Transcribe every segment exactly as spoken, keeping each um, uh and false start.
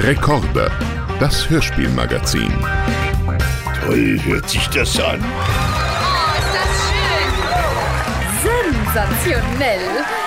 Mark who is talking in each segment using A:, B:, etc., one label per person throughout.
A: Rekorde, das Hörspielmagazin.
B: Toll hört sich das an.
C: Oh, ist das schön. Sensationell.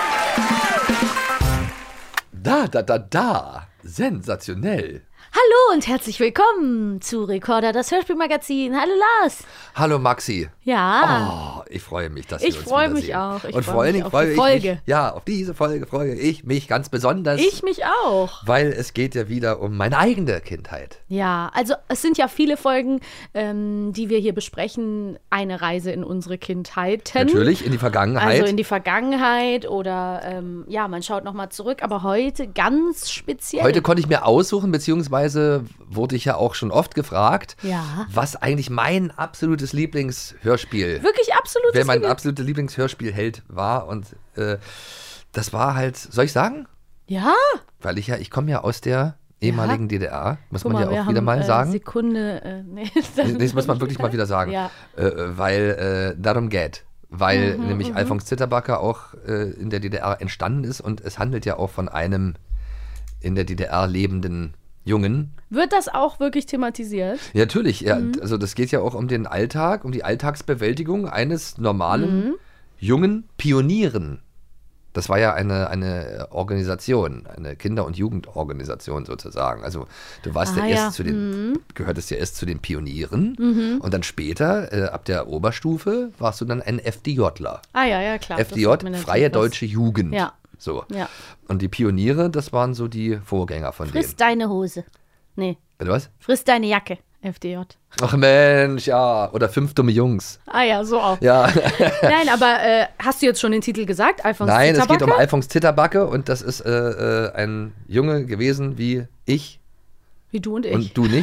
D: Da, da, da, da. Sensationell.
E: Hallo und herzlich willkommen zu Rekorder, das Hörspielmagazin. Hallo Lars.
D: Hallo Maxi.
E: Ja.
D: Oh, ich freue mich, dass
E: Ich
D: wir uns
E: freue
D: wiedersehen.
E: mich auch. Ich
D: und
E: freue
D: vor allen
E: mich
D: Dingen
E: auf
D: freue
E: die
D: ich
E: Folge.
D: mich, ja, auf diese Folge freue ich mich mich ganz besonders.
E: Ich mich auch.
D: Weil es geht ja wieder um meine eigene Kindheit.
E: Ja, also es sind ja viele Folgen, ähm, die wir hier besprechen. Eine Reise in unsere Kindheit.
D: Natürlich, in die Vergangenheit.
E: Also in die Vergangenheit oder ähm, ja, man schaut nochmal zurück. Aber heute ganz speziell.
D: Heute konnte ich mir aussuchen, beziehungsweise wurde ich ja auch schon oft gefragt,
E: Ja.
D: was eigentlich mein absolutes Lieblingshörspiel,
E: Wirklich absolutes
D: wer mein
E: Lieblings-
D: absolutes Lieblingshörspielheld war. Und äh, das war halt, soll ich sagen?
E: Ja.
D: Weil ich ja, ich komme ja aus der ehemaligen D D R, muss
E: Guck
D: man
E: mal,
D: ja
E: wir
D: auch
E: haben,
D: wieder mal
E: äh,
D: sagen.
E: Sekunde. Äh, nee,
D: Nee, das muss man wirklich mal wieder sagen.
E: Ja.
D: Äh, weil äh, darum geht. Weil
E: Mhm,
D: nämlich Alfons Zitterbacke auch äh, in der D D R entstanden ist und es handelt ja auch von einem in der D D R lebenden Jungen.
E: Wird das auch wirklich thematisiert?
D: Ja, natürlich, ja,
E: Mhm.
D: also das geht ja auch um den Alltag, um die Alltagsbewältigung eines normalen
E: Mhm.
D: jungen Pionieren. Das war ja eine, eine Organisation, eine Kinder- und Jugendorganisation sozusagen. Also du warst
E: Ah,
D: ja erst
E: ja.
D: zu den, gehörtest ja erst zu den Pionieren und dann später, äh, ab der Oberstufe, warst du dann ein FDJler.
E: Ah ja, ja, klar. das
D: F D
E: sagt
D: J,
E: mir natürlich
D: Freie
E: was.
D: Deutsche Jugend.
E: Ja.
D: So.
E: Ja.
D: Und die Pioniere, das waren so die Vorgänger von
E: Friss deine Hose. Nee,
D: denen. Was?
E: friss deine Jacke. F D J.
D: Ach Mensch, ja. Oder Fünf dumme Jungs.
E: Ah ja, so auch.
D: Ja.
E: Nein, aber äh, hast du jetzt schon den Titel gesagt? Alfons
D: Nein, es geht um
E: Zitterbacke?
D: Alfons Zitterbacke und das ist äh, äh, ein Junge gewesen wie ich
E: Wie du und ich.
D: und du nicht.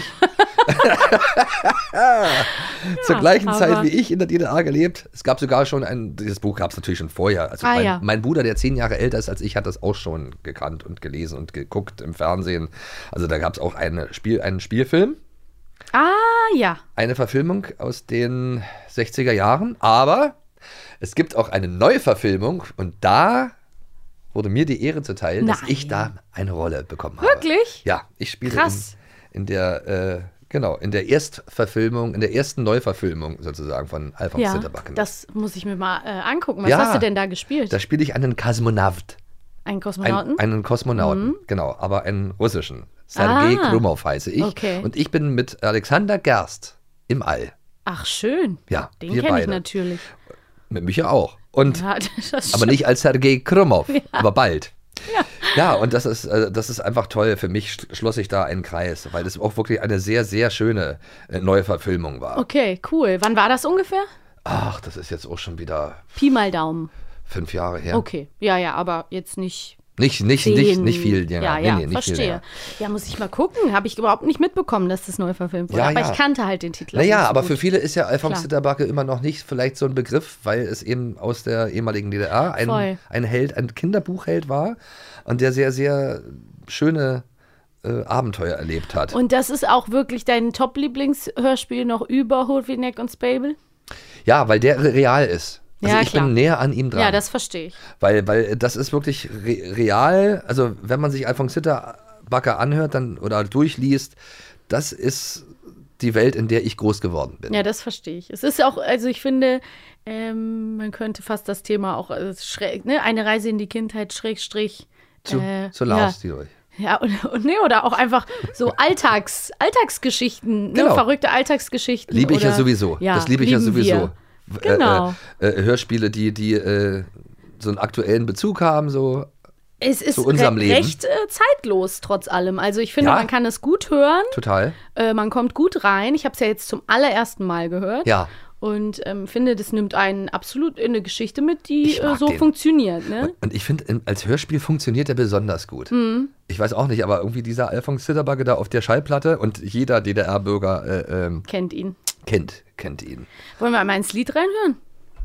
D: Zur
E: Ja,
D: gleichen
E: aber-
D: Zeit wie ich in der D D R gelebt. Es gab sogar schon ein, dieses Buch gab es natürlich schon vorher. Also
E: Ah,
D: mein,
E: ja.
D: mein Bruder, der zehn Jahre älter ist als ich, hat das auch schon gekannt und gelesen und geguckt im Fernsehen. Also da gab es auch eine Spiel, einen Spielfilm.
E: Ah ja.
D: Eine Verfilmung aus den sechziger Jahren, aber es gibt auch eine Neuverfilmung und da wurde mir die Ehre zuteil, dass
E: Nein.
D: ich da eine Rolle bekommen habe.
E: Wirklich?
D: Ja, ich spiele
E: Krass.
D: in, in der, äh, genau, in der Erstverfilmung, in der ersten Neuverfilmung sozusagen von Alfons
E: Ja,
D: Zitterbacke.
E: das muss ich mir mal äh, angucken. Was
D: Ja.
E: hast du denn da gespielt?
D: Da spiele ich einen Kosmonaut.
E: Einen Kosmonauten?
D: Ein, einen Kosmonauten, genau, aber einen russischen. Sergei
E: Ah.
D: Krumov heiße ich.
E: Okay.
D: Und ich bin mit Alexander Gerst im All.
E: Ach, schön.
D: Ja,
E: Den
D: wir
E: kenne ich
D: beide.
E: natürlich.
D: Mit Micha auch. Und
E: Ja, das
D: aber nicht als Sergei Krumov, aber bald. Ja. ja, und das ist, äh, das ist einfach toll. Für mich sch- schloss ich da einen Kreis, weil das auch wirklich eine sehr, sehr schöne äh, neue Verfilmung war.
E: Okay, cool. Wann war das ungefähr?
D: Ach, das ist jetzt auch schon wieder
E: Pi mal Daumen.
D: fünf Jahre her.
E: Okay. Ja, ja, aber jetzt nicht.
D: Nicht, nicht,
E: Zehn.
D: nicht, nicht viel länger.
E: Ja,
D: Nee,
E: ja,
D: nee, nicht viel
E: verstehe.
D: länger.
E: Ja, muss ich mal gucken. Habe ich überhaupt nicht mitbekommen, dass das neu verfilmt wurde.
D: Ja,
E: aber
D: ja.
E: ich kannte halt den Titel. auch
D: Naja,
E: nicht so
D: aber
E: gut.
D: für viele ist ja Alfons
E: Klar.
D: Zitterbacke immer noch nicht vielleicht so ein Begriff, weil es eben aus der ehemaligen D D R
E: Voll.
D: ein, ein Held, ein Kinderbuchheld war und der sehr, sehr schöne äh, Abenteuer erlebt hat.
E: Und das ist auch wirklich dein Top-Lieblingshörspiel noch über Hurtwig und Spable?
D: Ja, weil der real ist. Also
E: Ja,
D: ich
E: klar.
D: bin näher an ihm dran.
E: Ja, das verstehe ich.
D: Weil, weil das ist wirklich re real. Also wenn man sich Alfons Zitterbacke anhört dann, oder durchliest, das ist die Welt, in der ich groß geworden bin.
E: Ja, das verstehe ich. Es ist auch, also ich finde, ähm, man könnte fast das Thema auch äh, schräg, ne? Eine Reise in die Kindheit, Schrägstrich.
D: Zu,
E: äh,
D: zu Lars, die durch.
E: Ja, und, und nee, oder auch einfach so Alltags, Alltagsgeschichten,
D: Genau.
E: ne? Verrückte Alltagsgeschichten.
D: Liebe ich ja
E: oder-
D: sowieso.
E: Ja,
D: das liebe ich ja
E: lieben
D: sowieso.
E: wir. Genau.
D: Äh, äh, Hörspiele, die, die äh, so einen aktuellen Bezug haben, so.
E: Es ist
D: zu unserem
E: re
D: Leben.
E: recht äh, zeitlos, trotz allem. Also ich finde,
D: Ja.
E: man kann es gut hören,
D: Total.
E: äh, man kommt gut rein. Ich habe es ja jetzt zum allerersten Mal gehört.
D: Ja.
E: Und ähm, finde, das nimmt einen absolut in eine Geschichte mit, die
D: Ich
E: äh,
D: mag
E: so
D: den.
E: funktioniert. Ne?
D: Und ich finde, als Hörspiel funktioniert der besonders gut.
E: Mhm.
D: Ich weiß auch nicht, aber irgendwie dieser Alfons Zitterbacke da auf der Schallplatte und jeder D D R-Bürger äh, ähm,
E: Kennt ihn.
D: kennt, kennt ihn.
E: Wollen wir einmal ins Lied reinhören?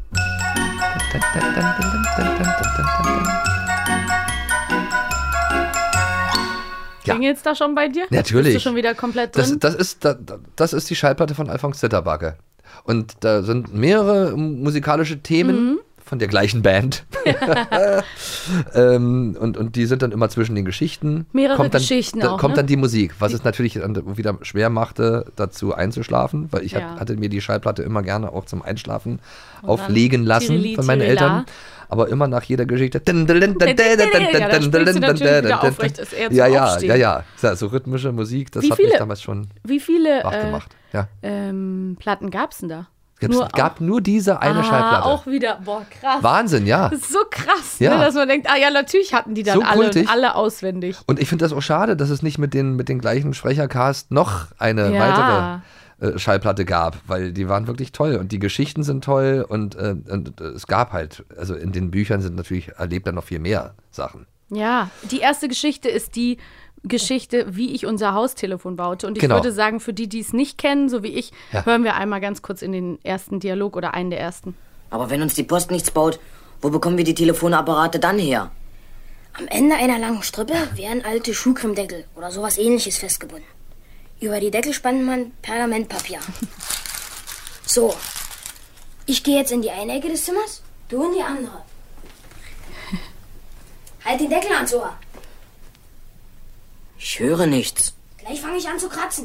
D: Ja.
E: Klingelt's da schon bei dir?
D: Natürlich.
E: Bist du schon wieder komplett drin?
D: Das, das, ist, das, das ist die Schallplatte von Alfons Zitterbacke. Und da sind mehrere musikalische Themen von der gleichen Band. ähm, und, und die sind dann immer zwischen den Geschichten.
E: Mehrere
D: kommt dann,
E: Geschichten
D: da,
E: auch,
D: kommt
E: ne?
D: dann die Musik, was es natürlich dann wieder schwer machte, dazu einzuschlafen, weil ich
E: Ja.
D: hab, hatte mir die Schallplatte immer gerne auch zum Einschlafen
E: Und
D: auflegen
E: dann
D: lassen
E: Tirili,
D: von meinen
E: Tirila.
D: Eltern. Aber immer nach jeder Geschichte.
E: Ja, da springst du natürlich wieder aufrecht, ist eher zum
D: Ja, ja,
E: Aufstehen.
D: ja, ja. Ja, so rhythmische Musik, das
E: Wie
D: hat mich
E: viele-
D: damals schon
E: Wie viele
D: wach
E: äh,
D: gemacht. Ja.
E: ähm, Platten gab es denn da?
D: Es gab nur diese eine
E: ah,
D: Schallplatte.
E: auch wieder, boah, krass.
D: Wahnsinn, ja.
E: Das ist so krass,
D: Ja.
E: ne, dass man denkt, ah ja, natürlich hatten die dann
D: So
E: alle,
D: kultig.
E: alle auswendig.
D: Und ich finde das auch schade, dass es nicht mit den, mit den gleichen Sprechercast noch eine
E: Ja.
D: weitere äh, Schallplatte gab, weil die waren wirklich toll und die Geschichten sind toll und, äh, und äh, es gab halt, also in den Büchern sind natürlich, erlebt dann noch viel mehr Sachen.
E: Ja, die erste Geschichte ist die Geschichte, wie ich unser Haustelefon baute. Und ich
D: Genau.
E: würde sagen, für die, die es nicht kennen, so wie ich,
D: Ja.
E: hören wir einmal ganz kurz in den ersten Dialog oder einen der ersten.
F: Aber wenn uns die Post nichts baut, wo bekommen wir die Telefonapparate dann her?
G: Am Ende einer langen Strippe wären alte Schuhcremedeckel oder sowas ähnliches festgebunden. Über die Deckel spannt man Pergamentpapier. So, ich gehe jetzt in die eine Ecke des Zimmers, du in die andere. Halt den Deckel ans Ohr.
F: Ich höre nichts.
G: Gleich fange ich an zu kratzen.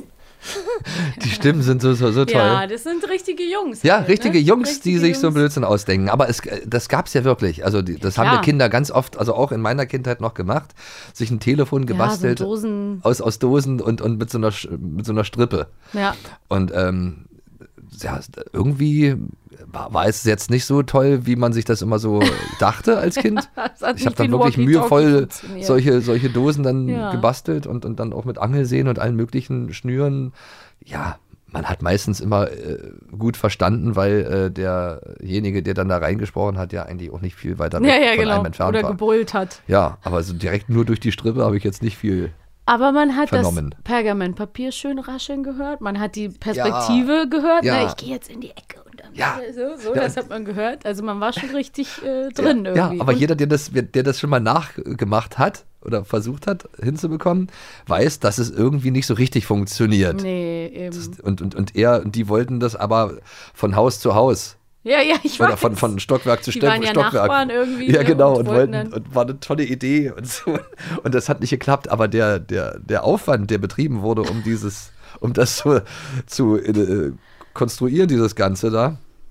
D: Die Stimmen sind so, so, so toll.
E: Ja, das sind richtige Jungs.
D: Ja,
E: halt,
D: richtige
E: ne?
D: Jungs,
E: Richtige
D: die sich so
E: Jungs.
D: Blödsinn ausdenken. Aber es, das gab es ja wirklich. Also die, das haben
E: Klar.
D: wir Kinder ganz oft, also auch in meiner Kindheit noch gemacht, sich ein Telefon gebastelt
E: Ja, so Dosen.
D: aus, aus Dosen und, und mit, so einer, Sch- mit so einer Strippe.
E: Ja.
D: Und ähm, ja, irgendwie war, war es jetzt nicht so toll, wie man sich das immer so dachte als Kind.
E: Das hat
D: Ich habe
E: nicht
D: dann
E: wie
D: wirklich
E: Walkie-Talkie
D: mühevoll
E: funktioniert.
D: solche, solche Dosen dann
E: Ja.
D: gebastelt und, und dann auch mit Angelsehen und allen möglichen Schnüren. Ja, man hat meistens immer äh, gut verstanden, weil äh, derjenige, der dann da reingesprochen hat, ja eigentlich auch nicht viel weiter weg
E: Ja, ja,
D: von
E: genau.
D: einem entfernt
E: Oder
D: war.
E: gebrüllt hat.
D: Ja, aber so direkt nur durch die Strippe habe ich jetzt nicht viel.
E: Aber man hat
D: Vernommen.
E: das Pergamentpapier schön rascheln gehört. Man hat die Perspektive gehört.
D: Ja.
E: Ne? Ich gehe jetzt in die Ecke und dann
D: Ja.
E: so, so
D: Ja.
E: das hat man gehört. Also man war schon richtig äh, drin
D: ja,
E: irgendwie.
D: ja, aber
E: Und-
D: jeder, der das, der das schon mal nachgemacht hat oder versucht hat hinzubekommen, weiß, dass es irgendwie nicht so richtig funktioniert.
E: Nee, eben.
D: Und, und, und er und die wollten das aber von Haus zu Haus.
E: Ja, ja, ich
D: Oder
E: weiß.
D: von, von Stockwerk zu
E: Die
D: Stock,
E: waren ja
D: Stockwerk.
E: Nachbarn irgendwie,
D: Ja,
E: ne,
D: genau.
E: und
D: Und,
E: wollten
D: wollten,
E: dann-
D: und war eine tolle Idee und so. Und das hat nicht geklappt. Aber der, der, der Aufwand, der betrieben wurde, um dieses, um das zu, zu äh, konstruieren, dieses Ganze da,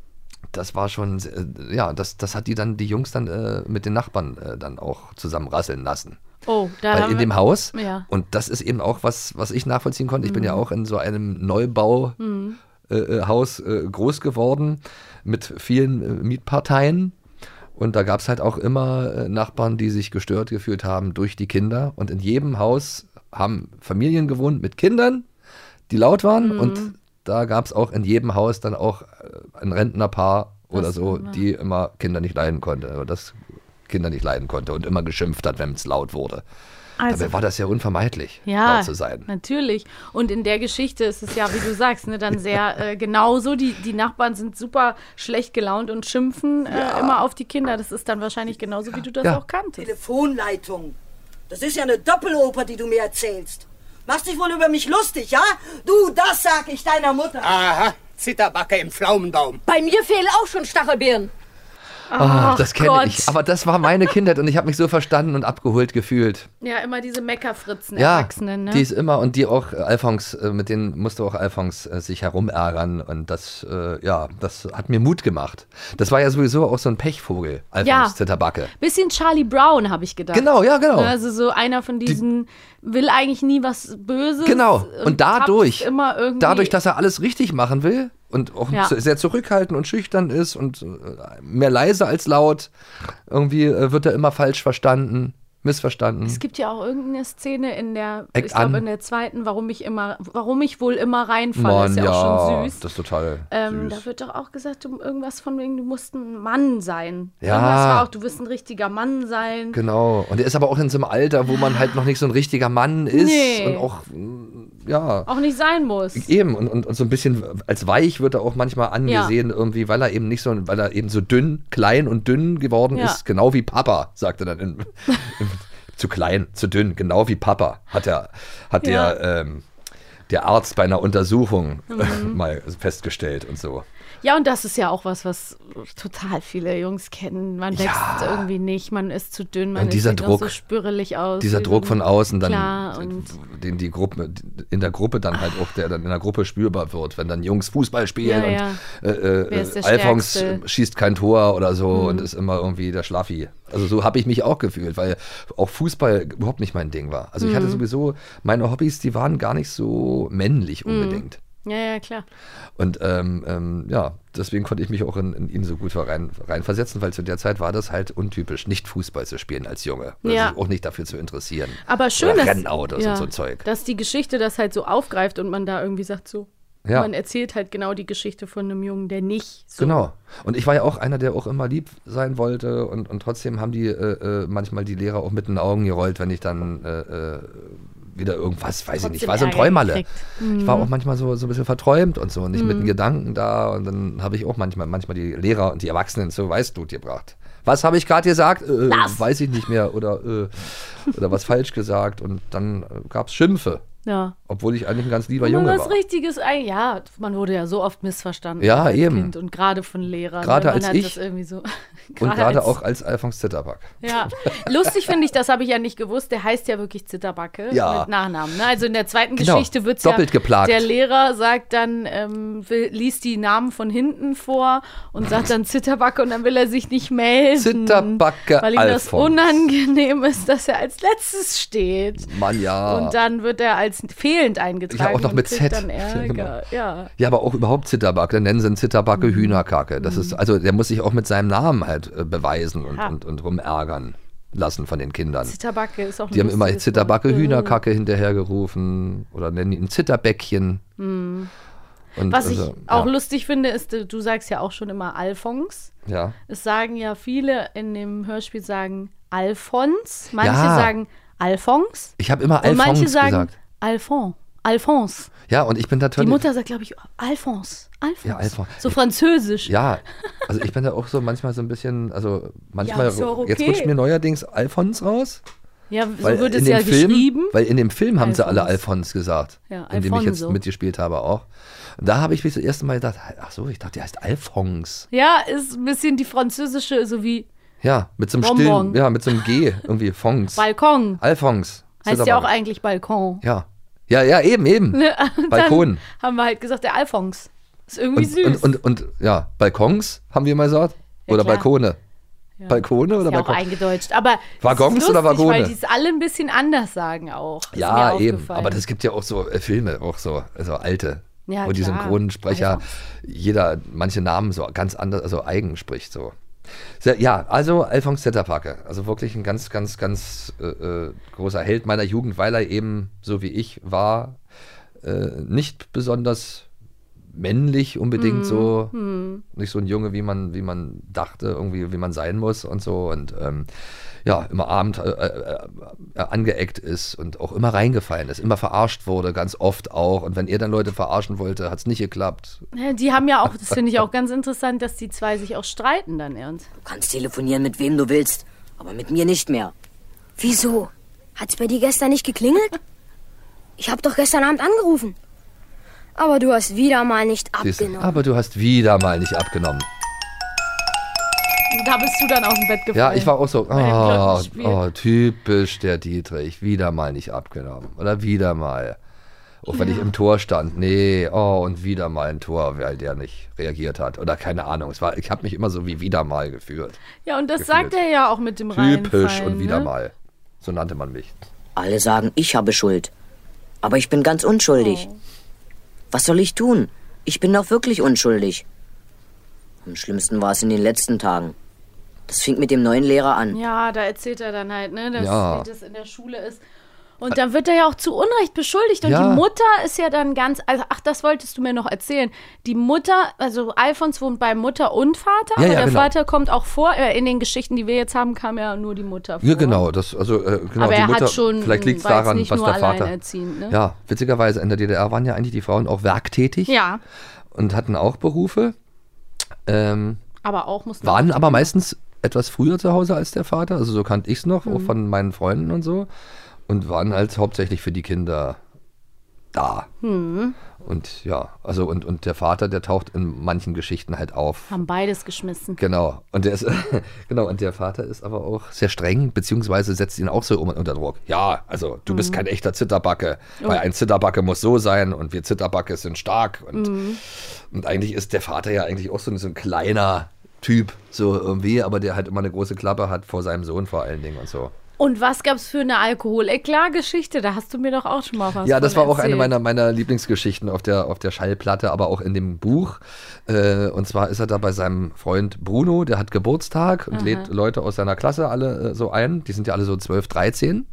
D: das war schon, äh, ja, das, das hat die dann, die Jungs dann äh, mit den Nachbarn äh, dann auch zusammen rasseln lassen.
E: Oh, da
D: Weil
E: haben
D: in
E: wir-
D: dem Haus,
E: Ja.
D: und das ist eben auch was, was ich nachvollziehen konnte, ich bin ja
E: Mhm.
D: auch in so einem Neubau äh, äh, Haus äh, groß geworden mit vielen äh, Mietparteien. Und da gab es halt auch immer äh, Nachbarn, die sich gestört gefühlt haben durch die Kinder. Und in jedem Haus haben Familien gewohnt mit Kindern, die laut waren.
E: Mhm.
D: Und da gab es auch in jedem Haus dann auch äh, ein Rentnerpaar oder
E: Das
D: so,
E: immer.
D: die immer Kinder nicht leiden konnte. Oder das Kinder nicht leiden konnte und immer geschimpft hat, wenn es laut wurde.
E: Also,
D: Dabei war das ja unvermeidlich,
E: ja,
D: laut zu sein.
E: natürlich. Und in der Geschichte ist es ja, wie du sagst, ne, dann sehr äh, genauso. Die, die Nachbarn sind super schlecht gelaunt und schimpfen äh, immer auf die Kinder. Das ist dann wahrscheinlich genauso, wie du das
D: Ja.
E: auch kanntest.
H: Telefonleitung. Das ist ja eine Doppeloper, die du mir erzählst. Machst dich wohl über mich lustig, ja? Du, das sag ich deiner Mutter.
B: Aha, Zitterbacke im Pflaumenbaum.
I: Bei mir fehlen auch schon Stachelbeeren.
D: Ah, das kenne
E: Gott.
D: ich. Aber das war meine Kindheit und ich habe mich so verstanden und abgeholt gefühlt.
E: Ja, immer diese Meckerfritzen,
D: Ja,
E: Erwachsenen, ne?
D: die ist immer und die auch äh, Alphons, äh, mit denen musste auch Alphons äh, sich herumärgern und das, äh, ja, das hat mir Mut gemacht. Das war ja sowieso auch so ein Pechvogel, Alphons
E: Ja.
D: Zitterbacke.
E: Bisschen Charlie Brown, habe ich gedacht.
D: Genau, ja, genau.
E: Also so einer von diesen, will eigentlich nie was Böses.
D: Genau. Und dadurch,
E: tapst immer irgendwie,
D: dadurch, dass er alles richtig machen will und auch
E: Ja.
D: zu- sehr zurückhaltend und schüchtern ist und äh, mehr leise als laut, irgendwie äh, wird er immer falsch verstanden, missverstanden.
E: Es gibt ja auch irgendeine Szene in der,
D: Eckt
E: ich glaube
D: an.
E: in der zweiten, warum ich immer, warum ich wohl immer reinfalle,
D: Mann,
E: ist ja,
D: ja,
E: auch schon süß.
D: das ist total
E: Ähm,
D: süß.
E: da wird doch auch gesagt, du, irgendwas von wegen, du musst ein Mann sein.
D: Ja.
E: Irgendwas war auch, du wirst ein richtiger Mann sein.
D: Genau. Und er ist aber auch in so einem Alter, wo man halt noch nicht so ein richtiger Mann ist
E: Nee.
D: und auch, mm, ja,
E: Auch nicht sein muss.
D: eben. Und, und, und so ein bisschen als weich wird er auch manchmal angesehen, irgendwie, weil er eben nicht so, weil er eben so dünn, klein und dünn geworden
E: Ja.
D: ist, genau wie Papa, sagte er dann. In, in, zu klein, zu dünn, genau wie Papa, hat er, hat
E: Ja.
D: der, ähm, der Arzt bei einer Untersuchung äh,
E: Mhm.
D: mal festgestellt und so.
E: Ja, und das ist ja auch was, was total viele Jungs kennen. Man wächst
D: Ja.
E: irgendwie nicht, man ist zu dünn, man
D: Und dieser
E: sieht auch
D: Druck,
E: so spürelig aus.
D: Dieser
E: wie
D: Druck
E: so
D: von
E: ein-
D: außen, dann,
E: Klar, und
D: den die Gruppe, in der Gruppe dann halt auch, der dann in der Gruppe spürbar wird, wenn dann Jungs Fußball spielen
E: Ja,
D: und
E: ja.
D: äh, äh,
E: Wer ist der
D: Alphons
E: Stärkste?
D: schießt kein Tor oder so
E: Mhm.
D: und ist immer irgendwie der Schlaffi. Also so habe ich mich auch gefühlt, weil auch Fußball überhaupt nicht mein Ding war. Also ich hatte
E: Mhm.
D: sowieso, meine Hobbys, die waren gar nicht so männlich unbedingt.
E: Ja, ja, klar.
D: Und ähm, ähm, ja, deswegen konnte ich mich auch in, in ihn so gut rein, reinversetzen, weil zu der Zeit war das halt untypisch, nicht Fußball zu spielen als Junge. Oder
E: Ja.
D: sich auch nicht dafür zu interessieren.
E: Aber schön,
D: Oder
E: dass,
D: Rennautos
E: ja,
D: und so ein Zeug.
E: dass die Geschichte das halt so aufgreift und man da irgendwie sagt so,
D: Ja.
E: man erzählt halt genau die Geschichte von einem Jungen, der nicht so.
D: Genau. Und ich war ja auch einer, der auch immer lieb sein wollte und, und trotzdem haben die äh, äh, manchmal die Lehrer auch mit den Augen gerollt, wenn ich dann äh, äh, wieder irgendwas, weiß ich nicht,
E: Trotzdem
D: war so ein
E: Ärger
D: Träumerle.
E: gekriegt.
D: Ich war auch manchmal so, so ein bisschen verträumt und so und nicht mit
E: Mhm.
D: den Gedanken da und dann habe ich auch manchmal, manchmal die Lehrer und die Erwachsenen so Weißblut gebracht. Was habe ich gerade gesagt? Äh, weiß ich nicht mehr oder, äh, oder was falsch gesagt und dann äh, gab es Schimpfe.
E: Ja.
D: Obwohl ich eigentlich ein ganz lieber
E: Wo man
D: Junge
E: was
D: war.
E: Richtiges, ein- ja, man wurde ja so oft missverstanden.
D: Ja,
E: als
D: eben.
E: Kind und gerade von Lehrern.
D: Gerade
E: man
D: als
E: hat
D: ich
E: das irgendwie so,
D: Und gerade
E: als-
D: auch als Alphons Zitterback.
E: Ja, lustig finde ich, das habe ich ja nicht gewusst, der heißt ja wirklich Zitterbacke
D: Ja.
E: mit Nachnamen. Ne? Also in der zweiten
D: Genau,
E: Geschichte wird es ja,
D: doppelt geplagt.
E: der Lehrer sagt dann, ähm, will, liest die Namen von hinten vor und sagt dann Zitterbacke und dann will er sich nicht melden.
D: Zitterbacke
E: Weil ihm das
D: Alphons.
E: unangenehm ist, dass er als letztes steht.
D: Mann, ja.
E: Und dann wird er als fehlend eingetragen.
D: Ja, auch noch
E: und
D: mit
E: kriegt
D: Z.
E: Dann
D: Ja,
E: Ärger.
D: genau.
E: Ja.
D: Ja, aber auch überhaupt Zitterbacke. Dann nennen sie ihn Zitterbacke Hühnerkacke. Das ist, also der muss sich auch mit seinem Namen halt äh, beweisen und,
E: Ja.
D: und, und rumärgern lassen von den Kindern.
E: Zitterbacke ist auch ein
D: Die haben immer
E: lustiges
D: Zitterbacke
E: Wort.
D: Hühnerkacke hinterhergerufen oder nennen ihn Zitterbäckchen.
E: Mhm.
D: Und
E: Was ich
D: also,
E: auch
D: ja.
E: lustig finde, ist, du du sagst ja auch schon immer Alphons.
D: Ja.
E: Es sagen ja viele in dem Hörspiel sagen Alphons. Manche
D: Ja.
E: sagen Alphons.
D: Ich habe immer
E: Und manche
D: Alphons
E: sagen
D: gesagt.
E: Alphon. Alphonse.
D: Ja, und ich bin
E: Die
D: natürlich.
E: Mutter sagt, glaube ich, Alphonse. Alphonse.
D: Ja, Alphonse.
E: So französisch.
D: Ja, also ich bin da auch so manchmal so ein bisschen, also manchmal,
E: ist ja auch
D: jetzt
E: okay.
D: rutscht mir neuerdings Alphons raus.
E: Ja, so
D: Weil
E: wird
D: in
E: es
D: dem
E: ja
D: Film,
E: geschrieben.
D: Weil in dem Film haben sie alle
E: Alphons.
D: Alphons gesagt,
E: Ja,
D: in dem ich jetzt
E: Alfonso.
D: mitgespielt habe auch. Und da habe ich mich das erste Mal gedacht, ach so, ich dachte, der heißt Alphons.
E: Ja, ist ein bisschen die französische, so wie
D: Ja, mit so einem
E: Bonbon.
D: stillen, ja, mit so einem G, irgendwie Fons.
E: Balkon.
D: Alphons.
E: Heißt ja auch
D: Zitterbacke.
E: eigentlich Balkon.
D: Ja. Ja, ja, eben, eben.
E: Ne? Und
D: Balkon.
E: Dann haben wir halt gesagt, der Alphons. Ist irgendwie
D: Und,
E: süß.
D: und, und, und ja, Balkons haben wir mal gesagt.
E: Ja,
D: Oder
E: klar.
D: Balkone. Balkone oder
E: ist ja auch
D: Balkon?
E: eingedeutscht. Aber
D: Waggons
E: es ist
D: oder
E: lustig,
D: Waggone?
E: Weil die es alle ein bisschen anders sagen auch. Ist
D: Ja,
E: mir
D: eben.
E: aufgefallen.
D: Aber das gibt ja auch so äh, Filme, auch so, also alte,
E: Ja,
D: wo die
E: klar.
D: Synchronsprecher jeder manche Namen so ganz anders, also eigen spricht so. Sehr, ja, also Alphons Zitterbacke, also wirklich ein ganz, ganz, ganz äh, äh, großer Held meiner Jugend, weil er eben, so wie ich war, äh, nicht besonders männlich unbedingt
E: Mhm.
D: so,
E: Mhm.
D: nicht so ein Junge, wie man, wie man dachte, irgendwie, wie man sein muss und so und ähm, ja, immer abend äh, äh, äh, angeeckt ist und auch immer reingefallen ist, immer verarscht wurde, ganz oft auch und wenn er dann Leute verarschen wollte, hat es nicht geklappt.
E: Ja, die haben ja auch, das finde ich auch ganz interessant, dass die zwei sich auch streiten dann ernst.
F: Du kannst telefonieren mit wem du willst, aber mit mir nicht mehr.
G: Wieso? Hat's bei dir gestern nicht geklingelt? Ich hab doch gestern Abend angerufen. Aber du hast wieder mal nicht
D: Siehst du,
G: abgenommen.
D: aber du hast wieder mal nicht abgenommen.
E: Und da bist du dann aus dem Bett gefallen.
D: Ja, ich war auch so,
E: Bei dem
D: oh,
E: Glockenspiel.
D: oh, typisch der Dietrich, wieder mal nicht abgenommen. Oder wieder mal. Auch wenn
E: Ja.
D: ich im Tor stand, nee, oh, und wieder mal ein Tor, weil der nicht reagiert hat. Oder keine Ahnung. Es war, ich habe mich immer so wie wieder mal gefühlt.
E: Ja, und das
D: gefühlt.
E: sagt er ja auch mit dem
D: Typisch
E: Reinfallen,
D: und wieder
E: ne?
D: mal. So nannte man mich.
F: Alle sagen, ich habe Schuld. Aber ich bin ganz unschuldig. Was soll ich tun? Ich bin doch wirklich unschuldig. Am schlimmsten war es in den letzten Tagen. Das fing mit dem neuen Lehrer an.
E: Ja, da erzählt er dann halt, ne, dass,
F: Ja.
E: wie das in der Schule ist. Und dann wird er ja auch zu Unrecht beschuldigt. Und
D: Ja.
E: die Mutter ist ja dann ganz, also ach, das wolltest du mir noch erzählen. Die Mutter, also Alfons wohnt bei Mutter und Vater,
D: Ja,
E: aber
D: ja,
E: der
D: genau.
E: Vater kommt auch vor. Äh, in den Geschichten, die wir jetzt haben, kam ja nur die Mutter vor.
D: Ja, genau. Das, also, äh, genau
E: Aber
D: die
E: er
D: Mutter,
E: hat schon,
D: vielleicht liegt es
E: war jetzt
D: daran,
E: nicht
D: was
E: nur
D: der Vater.
E: alleinerziehend, ne?
D: Ja, witzigerweise in der D D R waren ja eigentlich die Frauen auch werktätig
E: Ja,
D: und hatten auch Berufe. Ähm,
E: aber auch mussten
D: waren aber meistens etwas früher zu Hause als der Vater, also so kannte ich es noch, auch
E: Mhm.
D: von meinen Freunden und so. Und waren halt hauptsächlich für die Kinder da.
E: Hm.
D: Und ja, also und, und der Vater, der taucht in manchen Geschichten halt auf.
E: Haben beides geschmissen.
D: Genau. Und der ist, genau, und der Vater ist aber auch sehr streng, beziehungsweise setzt ihn auch so um unter Druck. Ja, also du mhm. bist kein echter Zitterbacke, oh. weil ein Zitterbacke muss so sein und wir Zitterbacke sind stark. Und, mhm. und eigentlich ist der Vater ja eigentlich auch so, so ein kleiner Typ, so irgendwie, aber der halt immer eine große Klappe hat vor seinem Sohn vor allen Dingen und so.
E: Und was gab's für eine Alkohol-Eklat-Geschichte? Da hast du mir doch auch schon mal was
D: Ja, das war
E: erzählt.
D: auch eine meiner, meiner Lieblingsgeschichten auf der, auf der Schallplatte, aber auch in dem Buch. Äh, und zwar ist er da bei seinem Freund Bruno, der hat Geburtstag und Aha. lädt Leute aus seiner Klasse alle äh, so ein. Die sind ja alle so zwölf, dreizehn.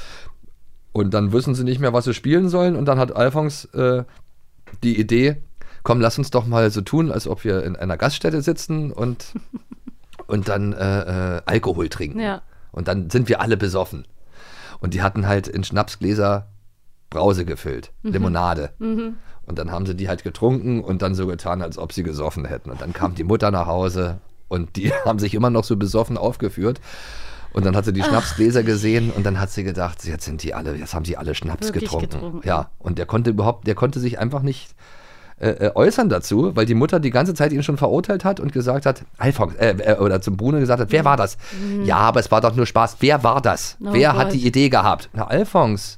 D: Und dann wissen sie nicht mehr, was sie spielen sollen. Und dann hat Alfons äh, die Idee, komm, lass uns doch mal so tun, als ob wir in einer Gaststätte sitzen und, und dann äh, äh, Alkohol trinken.
E: Ja.
D: Und dann sind wir alle besoffen. Und die hatten halt in Schnapsgläser Brause gefüllt, mhm. Limonade. Mhm. Und dann haben sie die halt getrunken und dann so getan, als ob sie gesoffen hätten. Und dann kam die Mutter nach Hause und die haben sich immer noch so besoffen aufgeführt. Und dann hat sie die Schnapsgläser gesehen und dann hat sie gedacht, jetzt sind die alle, jetzt haben sie alle Schnaps getrunken. getrunken. Ja, und der konnte überhaupt, der konnte sich einfach nicht Äh, äußern dazu, weil die Mutter die ganze Zeit ihn schon verurteilt hat und gesagt hat, Alfons, äh, äh, oder zum Bruno gesagt hat, wer war das? Mhm. Ja, aber es war doch nur Spaß. Wer war das? Oh wer Gott. hat die Idee gehabt? Na, Alfons.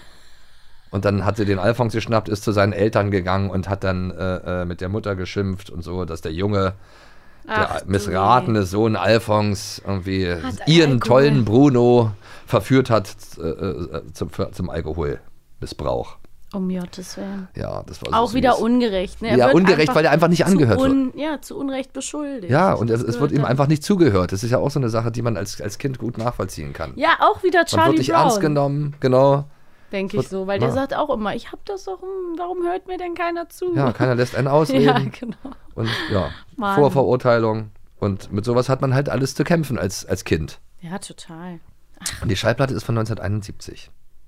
D: Und dann hat sie den Alfons geschnappt, ist zu seinen Eltern gegangen und hat dann äh, äh, mit der Mutter geschimpft und so, dass der Junge, Ach, der missratene nee. Sohn Alfons irgendwie hat ihren Alkohol. tollen Bruno verführt hat äh, äh, zum, für, zum Alkoholmissbrauch.
E: Um Gottes Willen.
D: Ja, das war so
E: Auch
D: süß.
E: wieder ungerecht. Ne? Er
D: ja,
E: wird
D: ungerecht, weil er einfach nicht angehört
E: un,
D: wird.
E: Ja, zu Unrecht beschuldigt.
D: Ja, und es, es wird ihm einfach nicht zugehört. Das ist ja auch so eine Sache, die man als, als Kind gut nachvollziehen kann.
E: Ja, auch wieder Charlie
D: Man wird nicht
E: Brown.
D: ernst genommen, genau.
E: Denke ich so, weil
D: ja.
E: der sagt auch immer, ich hab das doch, warum hört mir denn keiner zu?
D: Ja, keiner lässt einen ausreden.
E: Ja, genau.
D: Und ja,
E: Mann.
D: Vorverurteilung. Und mit sowas hat man halt alles zu kämpfen als, als Kind.
E: Ja, total. Ach.
D: Und die Schallplatte ist von neunzehnhunderteinundsiebzig.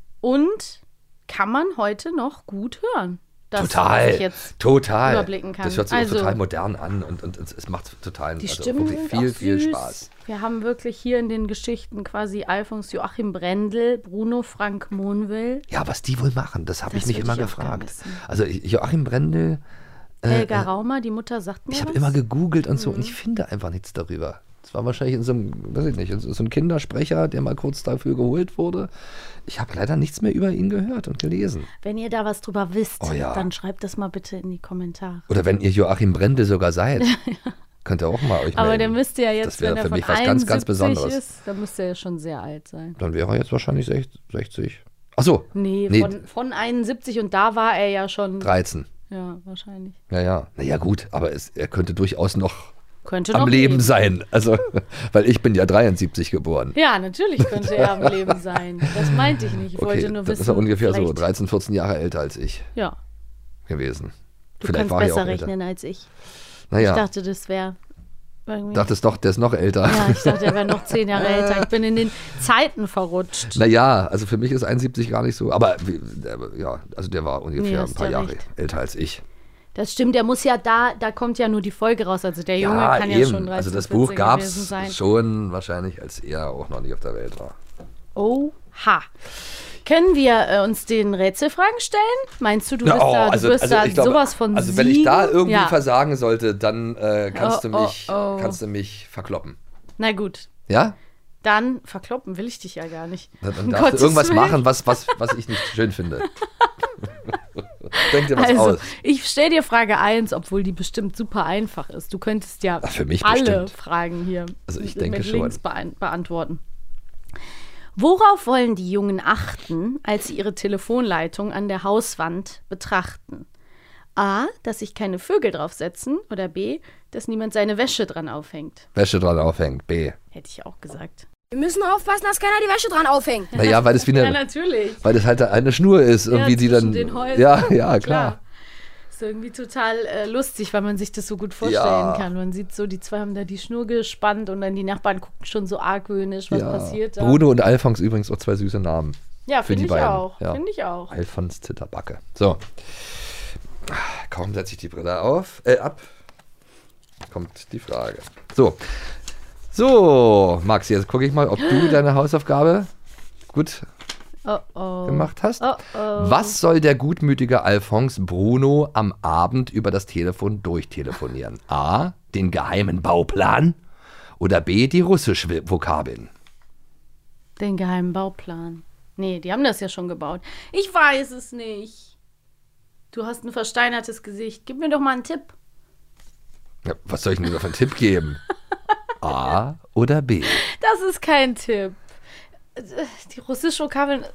E: Und kann man heute noch gut hören. Das,
D: total,
E: ich jetzt
D: total.
E: Überblicken kann.
D: Das hört sich
E: also,
D: auch total modern an und, und, und es macht total
E: die
D: also
E: Stimmen
D: wirklich
E: sind
D: viel,
E: auch
D: viel
E: süß.
D: Spaß.
E: Wir haben wirklich hier in den Geschichten quasi Alfons Joachim Brendel, Bruno Frank Monwil.
D: Ja, was die wohl machen, das habe ich mich immer
E: ich
D: gefragt. Also Joachim Brendel. Äh,
E: Helga Raumer, die Mutter sagt mir
D: Ich habe
E: was.
D: immer gegoogelt und so
E: mhm.
D: und ich finde einfach nichts darüber. Das war wahrscheinlich in so einem, weiß ich nicht, in so einem Kindersprecher, der mal kurz dafür geholt wurde. Ich habe leider nichts mehr über ihn gehört und gelesen.
E: Wenn ihr da was drüber wisst,
D: oh, ja.
E: dann schreibt das mal bitte in die Kommentare.
D: Oder wenn ihr Joachim Brendel sogar seid, ja. könnt ihr auch mal euch melden.
E: Aber der müsste ja jetzt,
D: das wäre
E: wenn er
D: für
E: von
D: mich was ganz, ganz Besonderes
E: ist, dann müsste er ja schon sehr alt sein.
D: Dann wäre er jetzt wahrscheinlich sechzig. Ach so.
E: Nee, nee. Von, von einundsiebzig und da war er ja schon
D: dreizehn.
E: Ja, wahrscheinlich.
D: Ja, ja. Naja, gut, aber es, er könnte durchaus noch
E: könnte
D: am
E: noch
D: Leben
E: leben.
D: sein. Also, weil ich bin ja dreiundsiebzig geboren.
E: Ja, natürlich könnte er am Leben sein. Das meinte ich nicht. Ich
D: okay,
E: wollte nur
D: dann
E: wissen.
D: Ist er ungefähr so dreizehn, vierzehn Jahre älter als ich.
E: Ja.
D: Gewesen.
E: Du
D: Vielleicht
E: kannst
D: war
E: besser
D: ich auch
E: rechnen
D: älter.
E: als ich.
D: Naja.
E: Ich dachte, das wäre irgendwie.
D: Dachtest doch, der ist noch älter.
E: Ja, ich dachte, er wäre noch zehn Jahre älter. Ich bin in den Zeiten verrutscht.
D: Naja, also für mich ist einundsiebzig gar nicht so. Aber ja, also der war ungefähr
E: nee,
D: ein paar Jahre
E: recht.
D: älter als ich.
E: Das stimmt, der muss ja da, da kommt ja nur die Folge raus. Also der Junge
D: ja,
E: kann
D: eben.
E: ja schon dreizehn,
D: also das
E: vierzehn
D: Buch gab
E: gewesen sein.
D: es schon wahrscheinlich, als er auch noch nicht auf der Welt war.
E: Oha. Können wir äh, uns den Rätselfragen stellen? Meinst du, du
D: Na,
E: bist
D: oh,
E: da, du
D: also,
E: wirst
D: also
E: da
D: ich glaube,
E: sowas von
D: Also
E: siegen?
D: wenn ich da irgendwie
E: ja.
D: versagen sollte, dann äh, kannst,
E: oh,
D: du mich,
E: oh, oh.
D: kannst du mich verkloppen.
E: Na gut.
D: Ja?
E: Dann verkloppen will ich dich ja gar nicht.
D: Dann, dann
E: um
D: darfst
E: Gottes
D: du irgendwas
E: Willen.
D: machen, was, was, was ich nicht schön finde. Denk dir was
E: also,
D: aus.
E: ich stelle dir Frage eins, obwohl die bestimmt super einfach ist. Du könntest ja
D: Ach, für mich
E: alle
D: bestimmt.
E: Fragen hier
D: also ich
E: mit
D: denke
E: links
D: schon.
E: beant- beantworten. Worauf wollen die Jungen achten, als sie ihre Telefonleitung an der Hauswand betrachten? A, dass sich keine Vögel draufsetzen oder B, dass niemand seine Wäsche dran aufhängt.
D: Wäsche dran aufhängt, B.
E: Hätte ich auch gesagt.
G: Wir müssen aufpassen, dass keiner die Wäsche dran aufhängt.
D: Naja, weil das wie eine,
E: Ja, natürlich.
D: weil das halt eine Schnur ist, irgendwie,
E: ja,
D: die dann.
E: Den Häusern.
D: Ja, ja, klar.
E: klar. Ist irgendwie total äh, lustig, weil man sich das so gut vorstellen
D: Ja.
E: kann. Man sieht so, die zwei haben da die Schnur gespannt und dann die Nachbarn gucken schon so argwöhnisch, was
D: ja.
E: passiert da.
D: Bruno und Alfons übrigens auch zwei süße Namen.
E: Ja,
D: für
E: finde
D: die
E: ich
D: beiden.
E: auch.
D: Ja.
E: Finde ich auch.
D: Alfons Zitterbacke. So. Kaum setze ich die Brille auf, äh, ab, kommt die Frage. So. So, Max, jetzt gucke ich mal, ob du deine Hausaufgabe gut
E: oh, oh.
D: gemacht hast.
E: Oh, oh.
D: Was soll der gutmütige Alphonse Bruno am Abend über das Telefon durchtelefonieren? A, den geheimen Bauplan oder B, die Russisch-Vokabeln?
E: Den geheimen Bauplan. Nee, die haben das ja schon gebaut. Ich weiß es nicht. Du hast ein versteinertes Gesicht. Gib mir doch mal einen Tipp.
D: Ja, was soll ich denn da für einen Tipp geben? A oder B?
E: Das ist kein Tipp. Die Russisch-Vokabeln.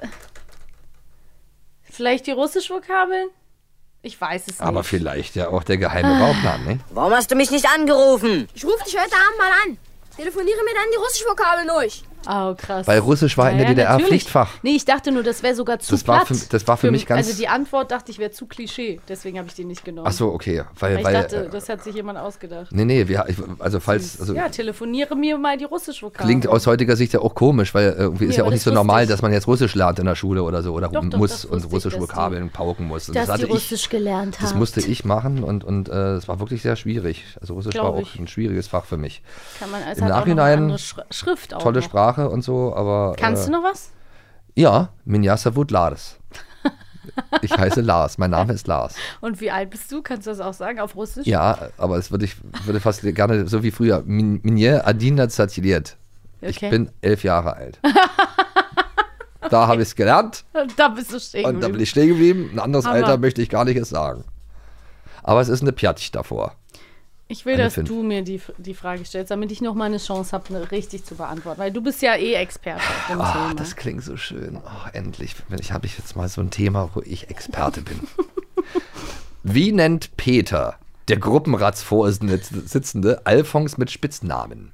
E: Vielleicht die Russisch-Vokabeln? Ich weiß es nicht.
D: Aber vielleicht ja auch der geheime Bauplan, ne?
F: Warum hast du mich nicht angerufen?
G: Ich rufe dich heute Abend mal an. Telefoniere mir dann die Russisch-Vokabeln durch.
E: Oh, krass.
D: Weil Russisch war in der
E: Ja,
D: D D R
E: natürlich.
D: Pflichtfach.
E: Nee, ich dachte nur, das wäre sogar zu
D: Das war
E: platt.
D: für- das war für mich ganz-
E: Also die Antwort dachte ich wäre zu Klischee. Deswegen habe ich die nicht genommen.
D: Ach so, okay. Weil,
E: ich
D: weil,
E: dachte,
D: äh,
E: das hat sich jemand ausgedacht.
D: nee, nee, wir, ich- also falls, also
E: Ja, telefoniere mir mal die Russisch-Vokabeln.
D: klingt aus heutiger Sicht ja auch komisch, weil irgendwie ist
E: Nee,
D: ja auch
E: aber
D: nicht so
E: das
D: normal,
E: wusste ich.
D: dass man jetzt Russisch lernt in der Schule oder so oder
E: Doch, doch,
D: muss
E: das
D: und
E: wusste ich,
D: russische
E: dass die-
D: Vokabeln pauken muss. Und
E: dass
D: das hatte
E: die
D: ich,
E: Russisch gelernt
D: das
E: haben.
D: musste ich machen und und äh, es war wirklich sehr schwierig. Also Russisch
E: Glaub
D: war auch
E: ich.
D: ein schwieriges Fach für mich.
E: Kann man, es
D: Im
E: hat
D: Nachhinein
E: auch noch eine andere Sch Schrift auch
D: Tolle
E: noch.
D: Sprache und so, aber
E: Kannst
D: äh,
E: du noch was?
D: Ja, Minja Savut Lars. Ich heiße Lars, mein Name ist Lars.
E: Und wie alt bist du? Kannst du das auch sagen auf Russisch?
D: Ja, aber es würde ich würde fast gerne so wie früher. Min- Minje Adina Zatsiliert. Ich
E: Okay.
D: bin elf Jahre alt. Da habe ich es gelernt
E: Da bist du stehen
D: und da bin
E: geblieben.
D: ich stehen geblieben. Ein anderes
E: Hammer.
D: Alter möchte ich gar nicht es sagen. Aber es ist eine Pjatsch davor.
E: Ich will,
D: Eine
E: dass
D: fünf.
E: du mir die, die Frage stellst, damit ich noch mal eine Chance habe, eine richtig zu beantworten. Weil du bist ja eh Experte auf dem
D: Ah,
E: Thema.
D: das klingt so schön. Oh, endlich. Ich habe jetzt mal so ein Thema, wo ich Experte bin. Wie nennt Peter, der Gruppenratsvorsitzende, Alphonse mit Spitznamen?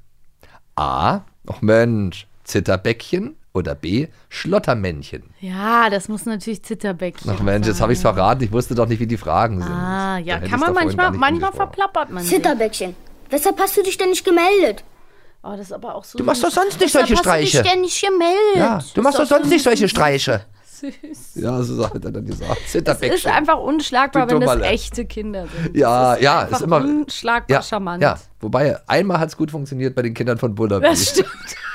D: A. Ach Mensch, Zitterbäckchen oder B. Schlottermännchen?
E: Ja, das muss natürlich Zitterbäckchen
D: Ach Mensch, jetzt habe ich es verraten. Ich wusste doch nicht, wie die Fragen sind.
E: Ah, ja,
D: Da hätte
E: kann
D: ich's
E: man
D: da vorhin gar
E: manchmal,
D: nicht
E: manchmal
D: angesprochen.
E: verplappert man sich.
G: Zitterbäckchen. Weshalb hast du dich denn nicht gemeldet?
E: Oh, das ist aber auch so
D: Du machst doch
E: süß.
D: sonst nicht
E: Deshalb
D: solche
E: hast du dich
D: Streiche.
E: ständig gemeldet.
D: Ja, du machst doch
E: ist doch
D: sonst nicht solche Streiche.
E: Süß.
D: Ja, so hat er dann gesagt.
E: Es
D: Zitterbäckchen.
E: ist einfach unschlagbar,
D: Du
E: wenn das
D: Dummerle.
E: echte Kinder sind.
D: Ja,
E: das ist
D: ja,
E: einfach
D: ist immer
E: unschlagbar
D: ja,
E: charmant.
D: Ja, wobei einmal hat es gut funktioniert bei den Kindern von Bullaby.
E: Das stimmt.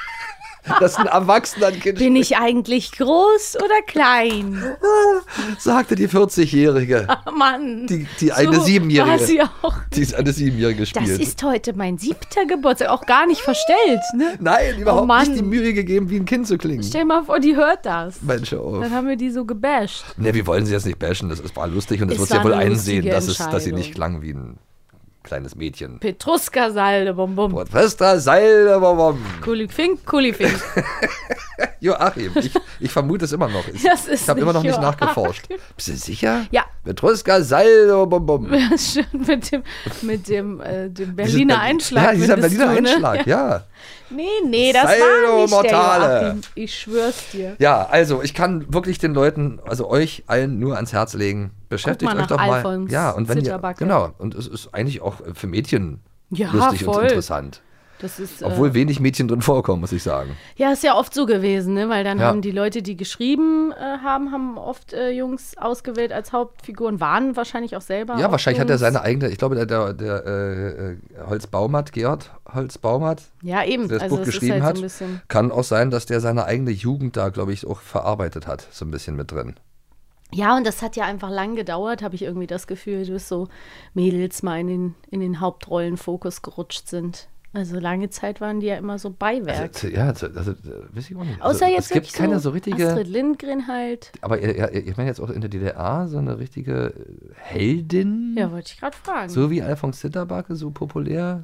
D: Das ein Erwachsener Kind
E: Bin ich eigentlich groß oder klein?
D: sagte die vierzig-Jährige,
E: Oh Mann.
D: die, die eine
E: So war
D: Siebenjährige.
E: sie auch.
D: Die ist eine Siebenjährige
E: Das
D: spielt.
E: ist heute mein siebter Geburtstag. Auch gar nicht verstellt, ne?
D: Nein, überhaupt
E: Mann.
D: nicht die Mühe gegeben, wie ein Kind zu klingen.
E: Stell mal vor, die hört das.
D: Mensch, hör auf.
E: Dann haben wir die so gebasht.
D: Ne, wir wollen sie jetzt nicht bashen, das ist, war lustig und es
E: Es
D: wird sie ja
E: war
D: wohl
E: eine
D: einsehen,
E: lustige
D: dass, es, dass sie
E: Entscheidung.
D: nicht klang wie ein kleines Mädchen.
E: Petruska-Salde, bum bum.
D: Fester Seilbom.
E: Kulifink, Kulifink.
D: Joachim, ich, ich vermute es immer noch. Ich,
E: Das ist
D: ich habe immer noch
E: nicht
D: nicht
E: Joachim.
D: nachgeforscht. Bist du sicher?
E: Ja.
D: Petruska Seilbom.
E: Das ist schön mit dem, mit dem, äh, dem Berliner Einschlag.
D: Ja, dieser
E: findest
D: Berliner
E: du, ne?
D: Einschlag, ja.
E: Nee, nee, das
D: Saldo
E: war nicht
D: Mortale.
E: der Joachim. Ich schwör's dir.
D: Ja, also ich kann wirklich den Leuten, also euch allen nur ans Herz legen. Beschäftigt
E: Guck mal
D: euch doch
E: nach
D: mal.
E: Alphonse
D: Ja, und wenn ihr,
E: Zitterbacke.
D: genau, und es ist eigentlich auch für Mädchen
E: Ja,
D: lustig
E: voll.
D: und interessant.
E: Das ist,
D: Obwohl
E: äh,
D: wenig Mädchen drin vorkommen, muss ich sagen.
E: ja, ist ja oft so gewesen, ne? Weil dann
D: Ja.
E: haben die Leute, die geschrieben äh, haben, haben oft äh, Jungs ausgewählt als Hauptfiguren, waren wahrscheinlich auch selber.
D: Ja,
E: auch
D: wahrscheinlich hat er
E: Jungs.
D: seine eigene, ich glaube, der, der, der äh, Holz Baumert, Gerhard Holz Baumert,
E: Ja, eben.
D: der das
E: also
D: Buch
E: es ist
D: geschrieben
E: halt so ein
D: hat,
E: bisschen.
D: kann auch sein, dass der seine eigene Jugend da, glaube ich, auch verarbeitet hat, so ein bisschen mit drin.
E: Ja, und das hat ja einfach lang gedauert, habe ich irgendwie das Gefühl, dass so Mädels mal in den, in den Hauptrollenfokus gerutscht sind. Also lange Zeit waren die ja immer so Beiwerk.
D: Also, ja, also, also, weiß ich auch nicht. Also,
E: Außer jetzt
D: es gibt
E: wirklich
D: keine so richtige,
E: Astrid Lindgren halt.
D: aber ihr- ihr- ich meine jetzt auch in der D D R so eine richtige Heldin,
E: Ja, wollte ich gerade fragen.
D: so wie Alphonse Zitterbacke, so populär.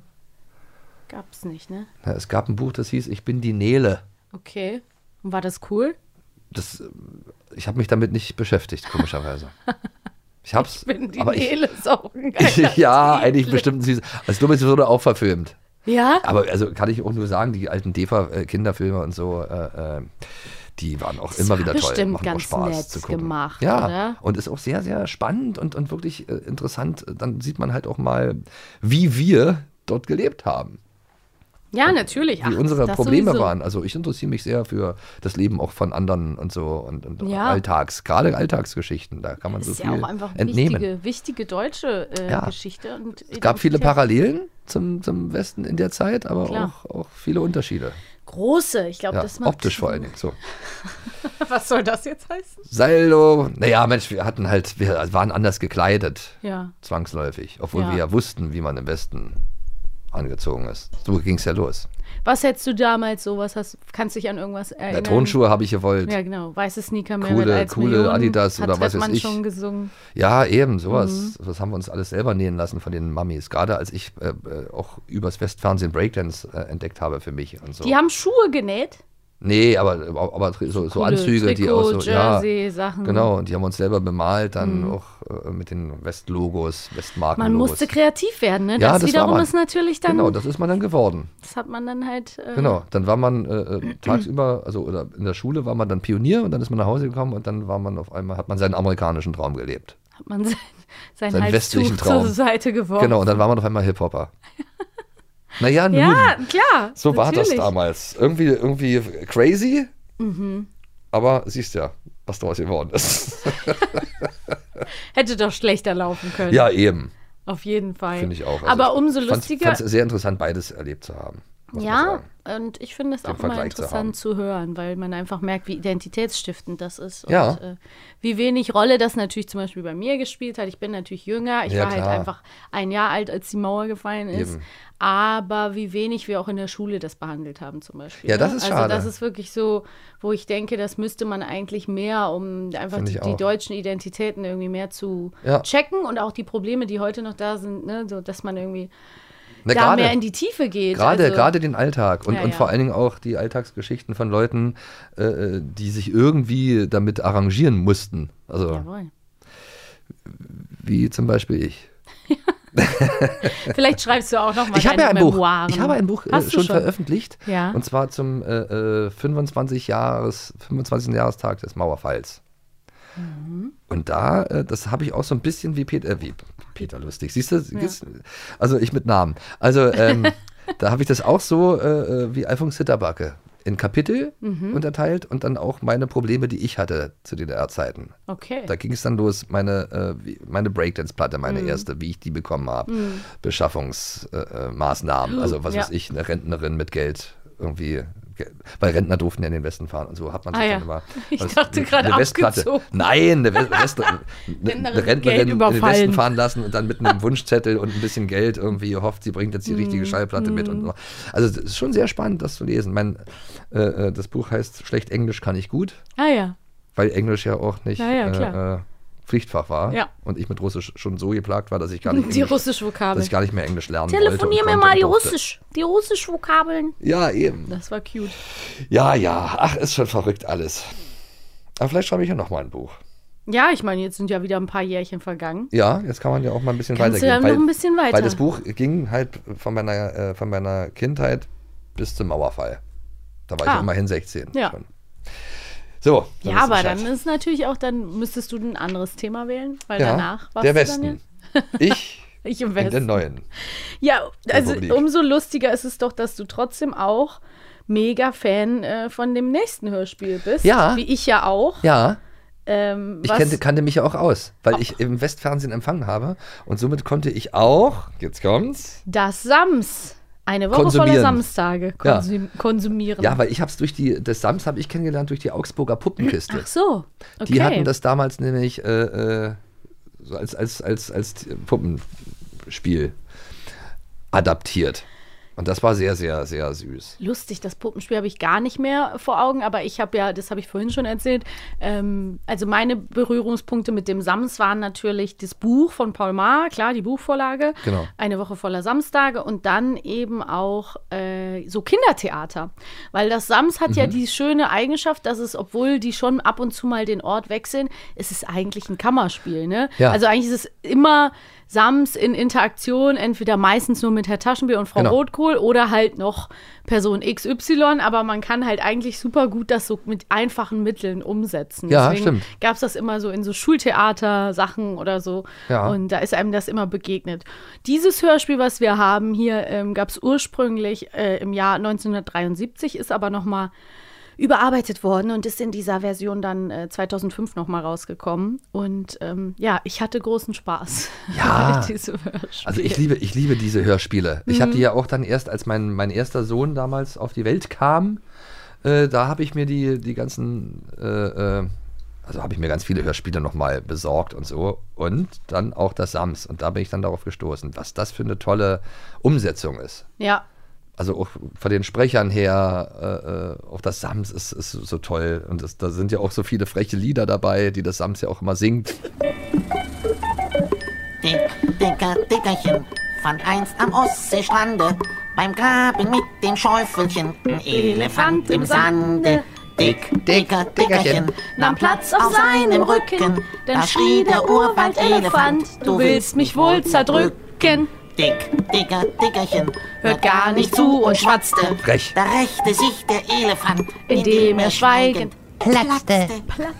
E: Gab's nicht, ne?
D: Ja, es gab ein Buch, das hieß Ich bin die Nele.
E: Okay. Und war das cool?
D: Das, äh, ich habe mich damit nicht beschäftigt, komischerweise. Ich hab's,
E: Ich bin die
D: aber
E: Nele, ist auch ein
D: ich,
E: geiler
D: ja,
E: Titel.
D: eigentlich bestimmt süß. Also ich glaube, es wurde auch verfilmt.
E: Ja?
D: Aber also kann ich auch nur sagen, die alten DEFA-Kinderfilme und so, äh, äh, die waren auch
E: Das
D: immer
E: war
D: wieder toll.
E: bestimmt
D: Machen auch
E: ganz
D: Spaß
E: nett
D: zu gucken.
E: gemacht,
D: ja,
E: oder?
D: und ist auch sehr, sehr spannend und, und wirklich äh, interessant. Dann sieht man halt auch mal, wie wir dort gelebt haben.
E: Ja, natürlich.
D: Wie
E: Ach,
D: unsere
E: das
D: Probleme
E: sowieso.
D: waren. Also ich interessiere mich sehr für das Leben auch von anderen und so und, und
E: Ja.
D: Alltags, gerade Alltagsgeschichten. Da kann man
E: Das
D: so
E: ist
D: viel
E: ja auch einfach eine
D: entnehmen.
E: wichtige, wichtige deutsche äh,
D: Ja.
E: Geschichte. Und
D: Es gab viele
E: Identität.
D: Parallelen zum, zum Westen in der Zeit, aber
E: Klar.
D: auch, auch viele Unterschiede.
E: Große, ich glaube,
D: Ja,
E: das macht.
D: optisch vor allen Dingen. So.
E: Was soll das jetzt heißen?
D: Saldo, naja, Mensch, wir hatten halt, wir waren anders gekleidet,
E: Ja.
D: zwangsläufig, obwohl
E: Ja.
D: wir ja wussten, wie man im Westen angezogen ist. So ging es ja los.
E: Was hättest du damals so, was hast, kannst du dich an irgendwas
D: Ja,
E: erinnern?
D: Tonschuhe habe ich gewollt.
E: Ja, genau. Weiße Sneaker mehr
D: Coole-
E: wert als
D: coole
E: Millionen.
D: Adidas
E: Hat
D: oder was weiß
E: Trettmann
D: ich.
E: schon gesungen.
D: Ja, eben, sowas.
E: Mhm.
D: Das haben wir uns alles selber nähen lassen von den Mamis. Gerade als ich äh, äh, auch übers Westfernsehen Breakdance äh, entdeckt habe für mich und so.
E: Die haben Schuhe genäht.
D: Nee, aber, aber so, so
E: Coole
D: Anzüge, die auch so,
E: Trikot,
D: ja,
E: Jersey, Sachen.
D: genau, und die haben uns selber bemalt, dann
E: Mhm.
D: auch äh, mit den Westlogos, Westmarken.
E: Man musste kreativ werden, ne?
D: Ja,
E: das,
D: das
E: wiederum
D: war man.
E: ist natürlich dann.
D: Genau, das ist man dann geworden.
E: Das hat man dann halt. Äh,
D: Genau, dann war man äh, äh, tagsüber, also oder in der Schule war man dann Pionier und dann ist man nach Hause gekommen und dann war man auf einmal, hat man seinen amerikanischen Traum gelebt.
E: Hat man sein, sein
D: Seinen
E: Halstuch
D: westlichen Traum.
E: zur Seite geworfen.
D: Genau, und dann war man auf einmal Hip-Hopper. Naja, nun.
E: Ja, klar.
D: So war das
E: natürlich.
D: damals. Irgendwie, irgendwie crazy,
E: Mhm.
D: aber siehst ja, was daraus geworden ist.
E: Hätte doch schlechter laufen können.
D: Ja, eben.
E: Auf jeden Fall.
D: Finde ich auch. Also
E: Aber
D: ich
E: umso
D: fand's-
E: lustiger.
D: fand's sehr interessant, beides erlebt zu haben. muss man
E: Ja,
D: sagen.
E: und ich finde es
D: Den
E: auch immer
D: Vergleich zu haben.
E: interessant zu, hören, weil man einfach merkt, wie identitätsstiftend das ist. Und
D: Ja.
E: äh, wie wenig Rolle das natürlich zum Beispiel bei mir gespielt hat. Ich bin natürlich jünger, ich
D: Ja,
E: war halt
D: klar.
E: einfach ein Jahr alt, als die Mauer gefallen ist.
D: Eben.
E: Aber wie wenig wir auch in der Schule das behandelt haben zum Beispiel.
D: Ja, das
E: ne?
D: ist
E: also
D: schade.
E: das ist wirklich so, wo ich denke, das müsste man eigentlich mehr, um einfach
D: Finde
E: die,
D: ich
E: die
D: auch.
E: deutschen Identitäten irgendwie mehr zu
D: Ja.
E: checken und auch die Probleme, die heute noch da sind, ne? So, dass man irgendwie
D: Na,
E: da
D: gerade-
E: mehr in die Tiefe geht.
D: Gerade,
E: also,
D: gerade den Alltag und,
E: Ja,
D: und
E: ja.
D: vor allen Dingen auch die Alltagsgeschichten von Leuten, äh, die sich irgendwie damit arrangieren mussten. Also
E: Jawohl.
D: wie zum Beispiel ich.
E: Vielleicht schreibst du auch noch mal
D: Ich habe ja ein
E: deine
D: Buch.
E: Memoiren.
D: Ich habe ein Buch äh,
E: Hast du
D: schon,
E: schon
D: veröffentlicht.
E: Ja.
D: Und zwar zum äh, äh, fünfundzwanzigsten Jahres, fünfundzwanzigsten Jahrestag des Mauerfalls.
E: Mhm.
D: Und da, äh, das habe ich auch so ein bisschen wie Peter, äh, wie Peter Lustig. Siehst du? Siehst- Also ich mit Namen. Also ähm, da habe ich das auch so äh, äh, wie Alfons Hitterbacke in Kapitel
E: Mhm.
D: unterteilt und dann auch meine Probleme, die ich hatte zu D D R-Zeiten.
E: Okay.
D: Da ging es dann los, meine, äh, wie, meine Breakdance-Platte, meine
E: Mhm.
D: erste, wie ich die bekommen habe.
E: Mhm.
D: Beschaffungsmaßnahmen, äh, Maßnahmen. also was
E: Ja.
D: weiß ich, eine Rentnerin mit Geld irgendwie. Ge- Weil Rentner durften ja in den Westen fahren und so hat man sich
E: Ah, ja.
D: dann immer.
E: Ich
D: was-
E: dachte
D: eine-
E: gerade
D: eine Westplatte.
E: abgezogen.
D: Nein, eine, West, West, eine,
E: Rentnerin
D: eine
E: mit
D: Rentnerin
E: Geld
D: in den
E: überfallen.
D: Westen fahren lassen und dann mit einem Wunschzettel und ein bisschen Geld irgendwie hofft, sie bringt jetzt die richtige
E: Mhm.
D: Schallplatte mit. Und so. Also es ist schon sehr spannend, das zu lesen. Mein, äh, äh, das Buch heißt Schlecht Englisch kann ich gut.
E: Ah ja.
D: Weil Englisch ja auch nicht
E: Ja, ja, klar.
D: äh, äh, Pflichtfach war.
E: Ja.
D: Und ich mit Russisch schon so geplagt war, dass ich gar nicht,
E: Die
D: Englisch,
E: russische Vokabel.
D: dass ich gar nicht mehr Englisch lernen
E: Telefonier
D: wollte.
E: mir
D: und
E: mal
D: konnte
E: die
D: und durfte.
E: Russisch, die russisch Vokabeln.
D: Ja, eben.
E: Das war cute.
D: Ja, ja. Ach, ist schon verrückt alles. Aber vielleicht schreibe ich ja noch mal ein Buch.
E: Ja, ich meine, jetzt sind ja wieder ein paar Jährchen vergangen.
D: Ja, jetzt kann man ja auch mal ein bisschen
E: Kannst du
D: weitergehen.
E: ja noch ein bisschen weiter.
D: Weil das Buch ging halt von meiner, äh, von meiner Kindheit bis zum Mauerfall. Da war
E: Ah.
D: ich immerhin sechzehn
E: Ja.
D: schon. So. dann
E: Ja,
D: wisst ihr
E: aber
D: Bescheid.
E: dann ist natürlich auch, dann müsstest du ein anderes Thema wählen, weil
D: ja,
E: danach warst
D: der
E: du
D: Westen.
E: Dann
D: Ich
E: ja, ich im
D: in der
E: Westen.
D: neuen.
E: Ja, also
D: Republik.
E: umso lustiger ist es doch, dass du trotzdem auch mega Fan äh, von dem nächsten Hörspiel bist.
D: Ja.
E: Wie ich ja auch.
D: Ja.
E: Ähm,
D: Ich
E: was-
D: kannte, kannte mich ja auch aus, weil ich im Westfernsehen empfangen habe und somit konnte ich auch, jetzt kommt's,
E: Das Sams. Eine Woche
D: Konsumieren.
E: voller Samstage
D: Ja.
E: konsum konsumieren.
D: ja, weil ich habe es durch die, das Sams habe ich kennengelernt durch die Augsburger Puppenkiste.
E: Ach so, okay.
D: Die hatten das damals nämlich äh, äh, so als, als, als, als Puppenspiel adaptiert. Und das war sehr, sehr, sehr süß.
E: Lustig, das Puppenspiel habe ich gar nicht mehr vor Augen, aber ich habe ja, das habe ich vorhin schon erzählt, ähm, also meine Berührungspunkte mit dem Sams waren natürlich das Buch von Paul Maar, klar, die Buchvorlage,
D: Genau.
E: Eine Woche voller Samstage und dann eben auch äh, so Kindertheater, weil das Sams hat ja
D: Mhm.
E: die schöne Eigenschaft, dass es, obwohl die schon ab und zu mal den Ort wechseln, es ist eigentlich ein Kammerspiel, ne?
D: Ja.
E: Also eigentlich ist es immer Sams in Interaktion, entweder meistens nur mit Herr Taschenbier und Frau
D: Genau.
E: Rotkohl oder halt noch Person X Y, aber man kann halt eigentlich super gut das so mit einfachen Mitteln umsetzen.
D: Ja,
E: Deswegen
D: stimmt.
E: gab es das immer so in so Schultheater-Sachen oder so
D: Ja.
E: und da ist einem das immer begegnet. Dieses Hörspiel, was wir haben hier, ähm, gab es ursprünglich äh, im Jahr neunzehnhundertdreiundsiebzig, ist aber nochmal überarbeitet worden und ist in dieser Version dann äh, zweitausendfünf nochmal rausgekommen. Und ähm, ja, ich hatte großen Spaß.
D: Ja.
E: bei diesem Hörspiel.
D: Also ich liebe, ich liebe diese Hörspiele. Ich
E: Mhm.
D: habe die ja auch dann erst, als mein, mein erster Sohn damals auf die Welt kam, äh, da habe ich mir die, die ganzen, äh, äh, also habe ich mir ganz viele Hörspiele nochmal besorgt und so. Und dann auch das Sams. Und da bin ich dann darauf gestoßen, was das für eine tolle Umsetzung ist.
E: Ja.
D: Also auch von den Sprechern her, äh, auch das Sams ist, ist so toll. Und das, da sind ja auch so viele freche Lieder dabei, die das Sams ja auch immer singt.
J: Dick, dicker, dickerchen, fand einst am Ostseestrande beim Graben mit dem Schäufelchen ein Elefant im Sande. Dick, dicker, dickerchen, nahm Platz auf seinem Rücken, dann schrie der Urwaldelefant, du willst mich wohl zerdrücken. Dick, dicker, dickerchen, hört gar nicht zu und schwatzte.
D: Frech.
J: Da rächte sich der Elefant,
E: Indem er schweigend
J: platzte.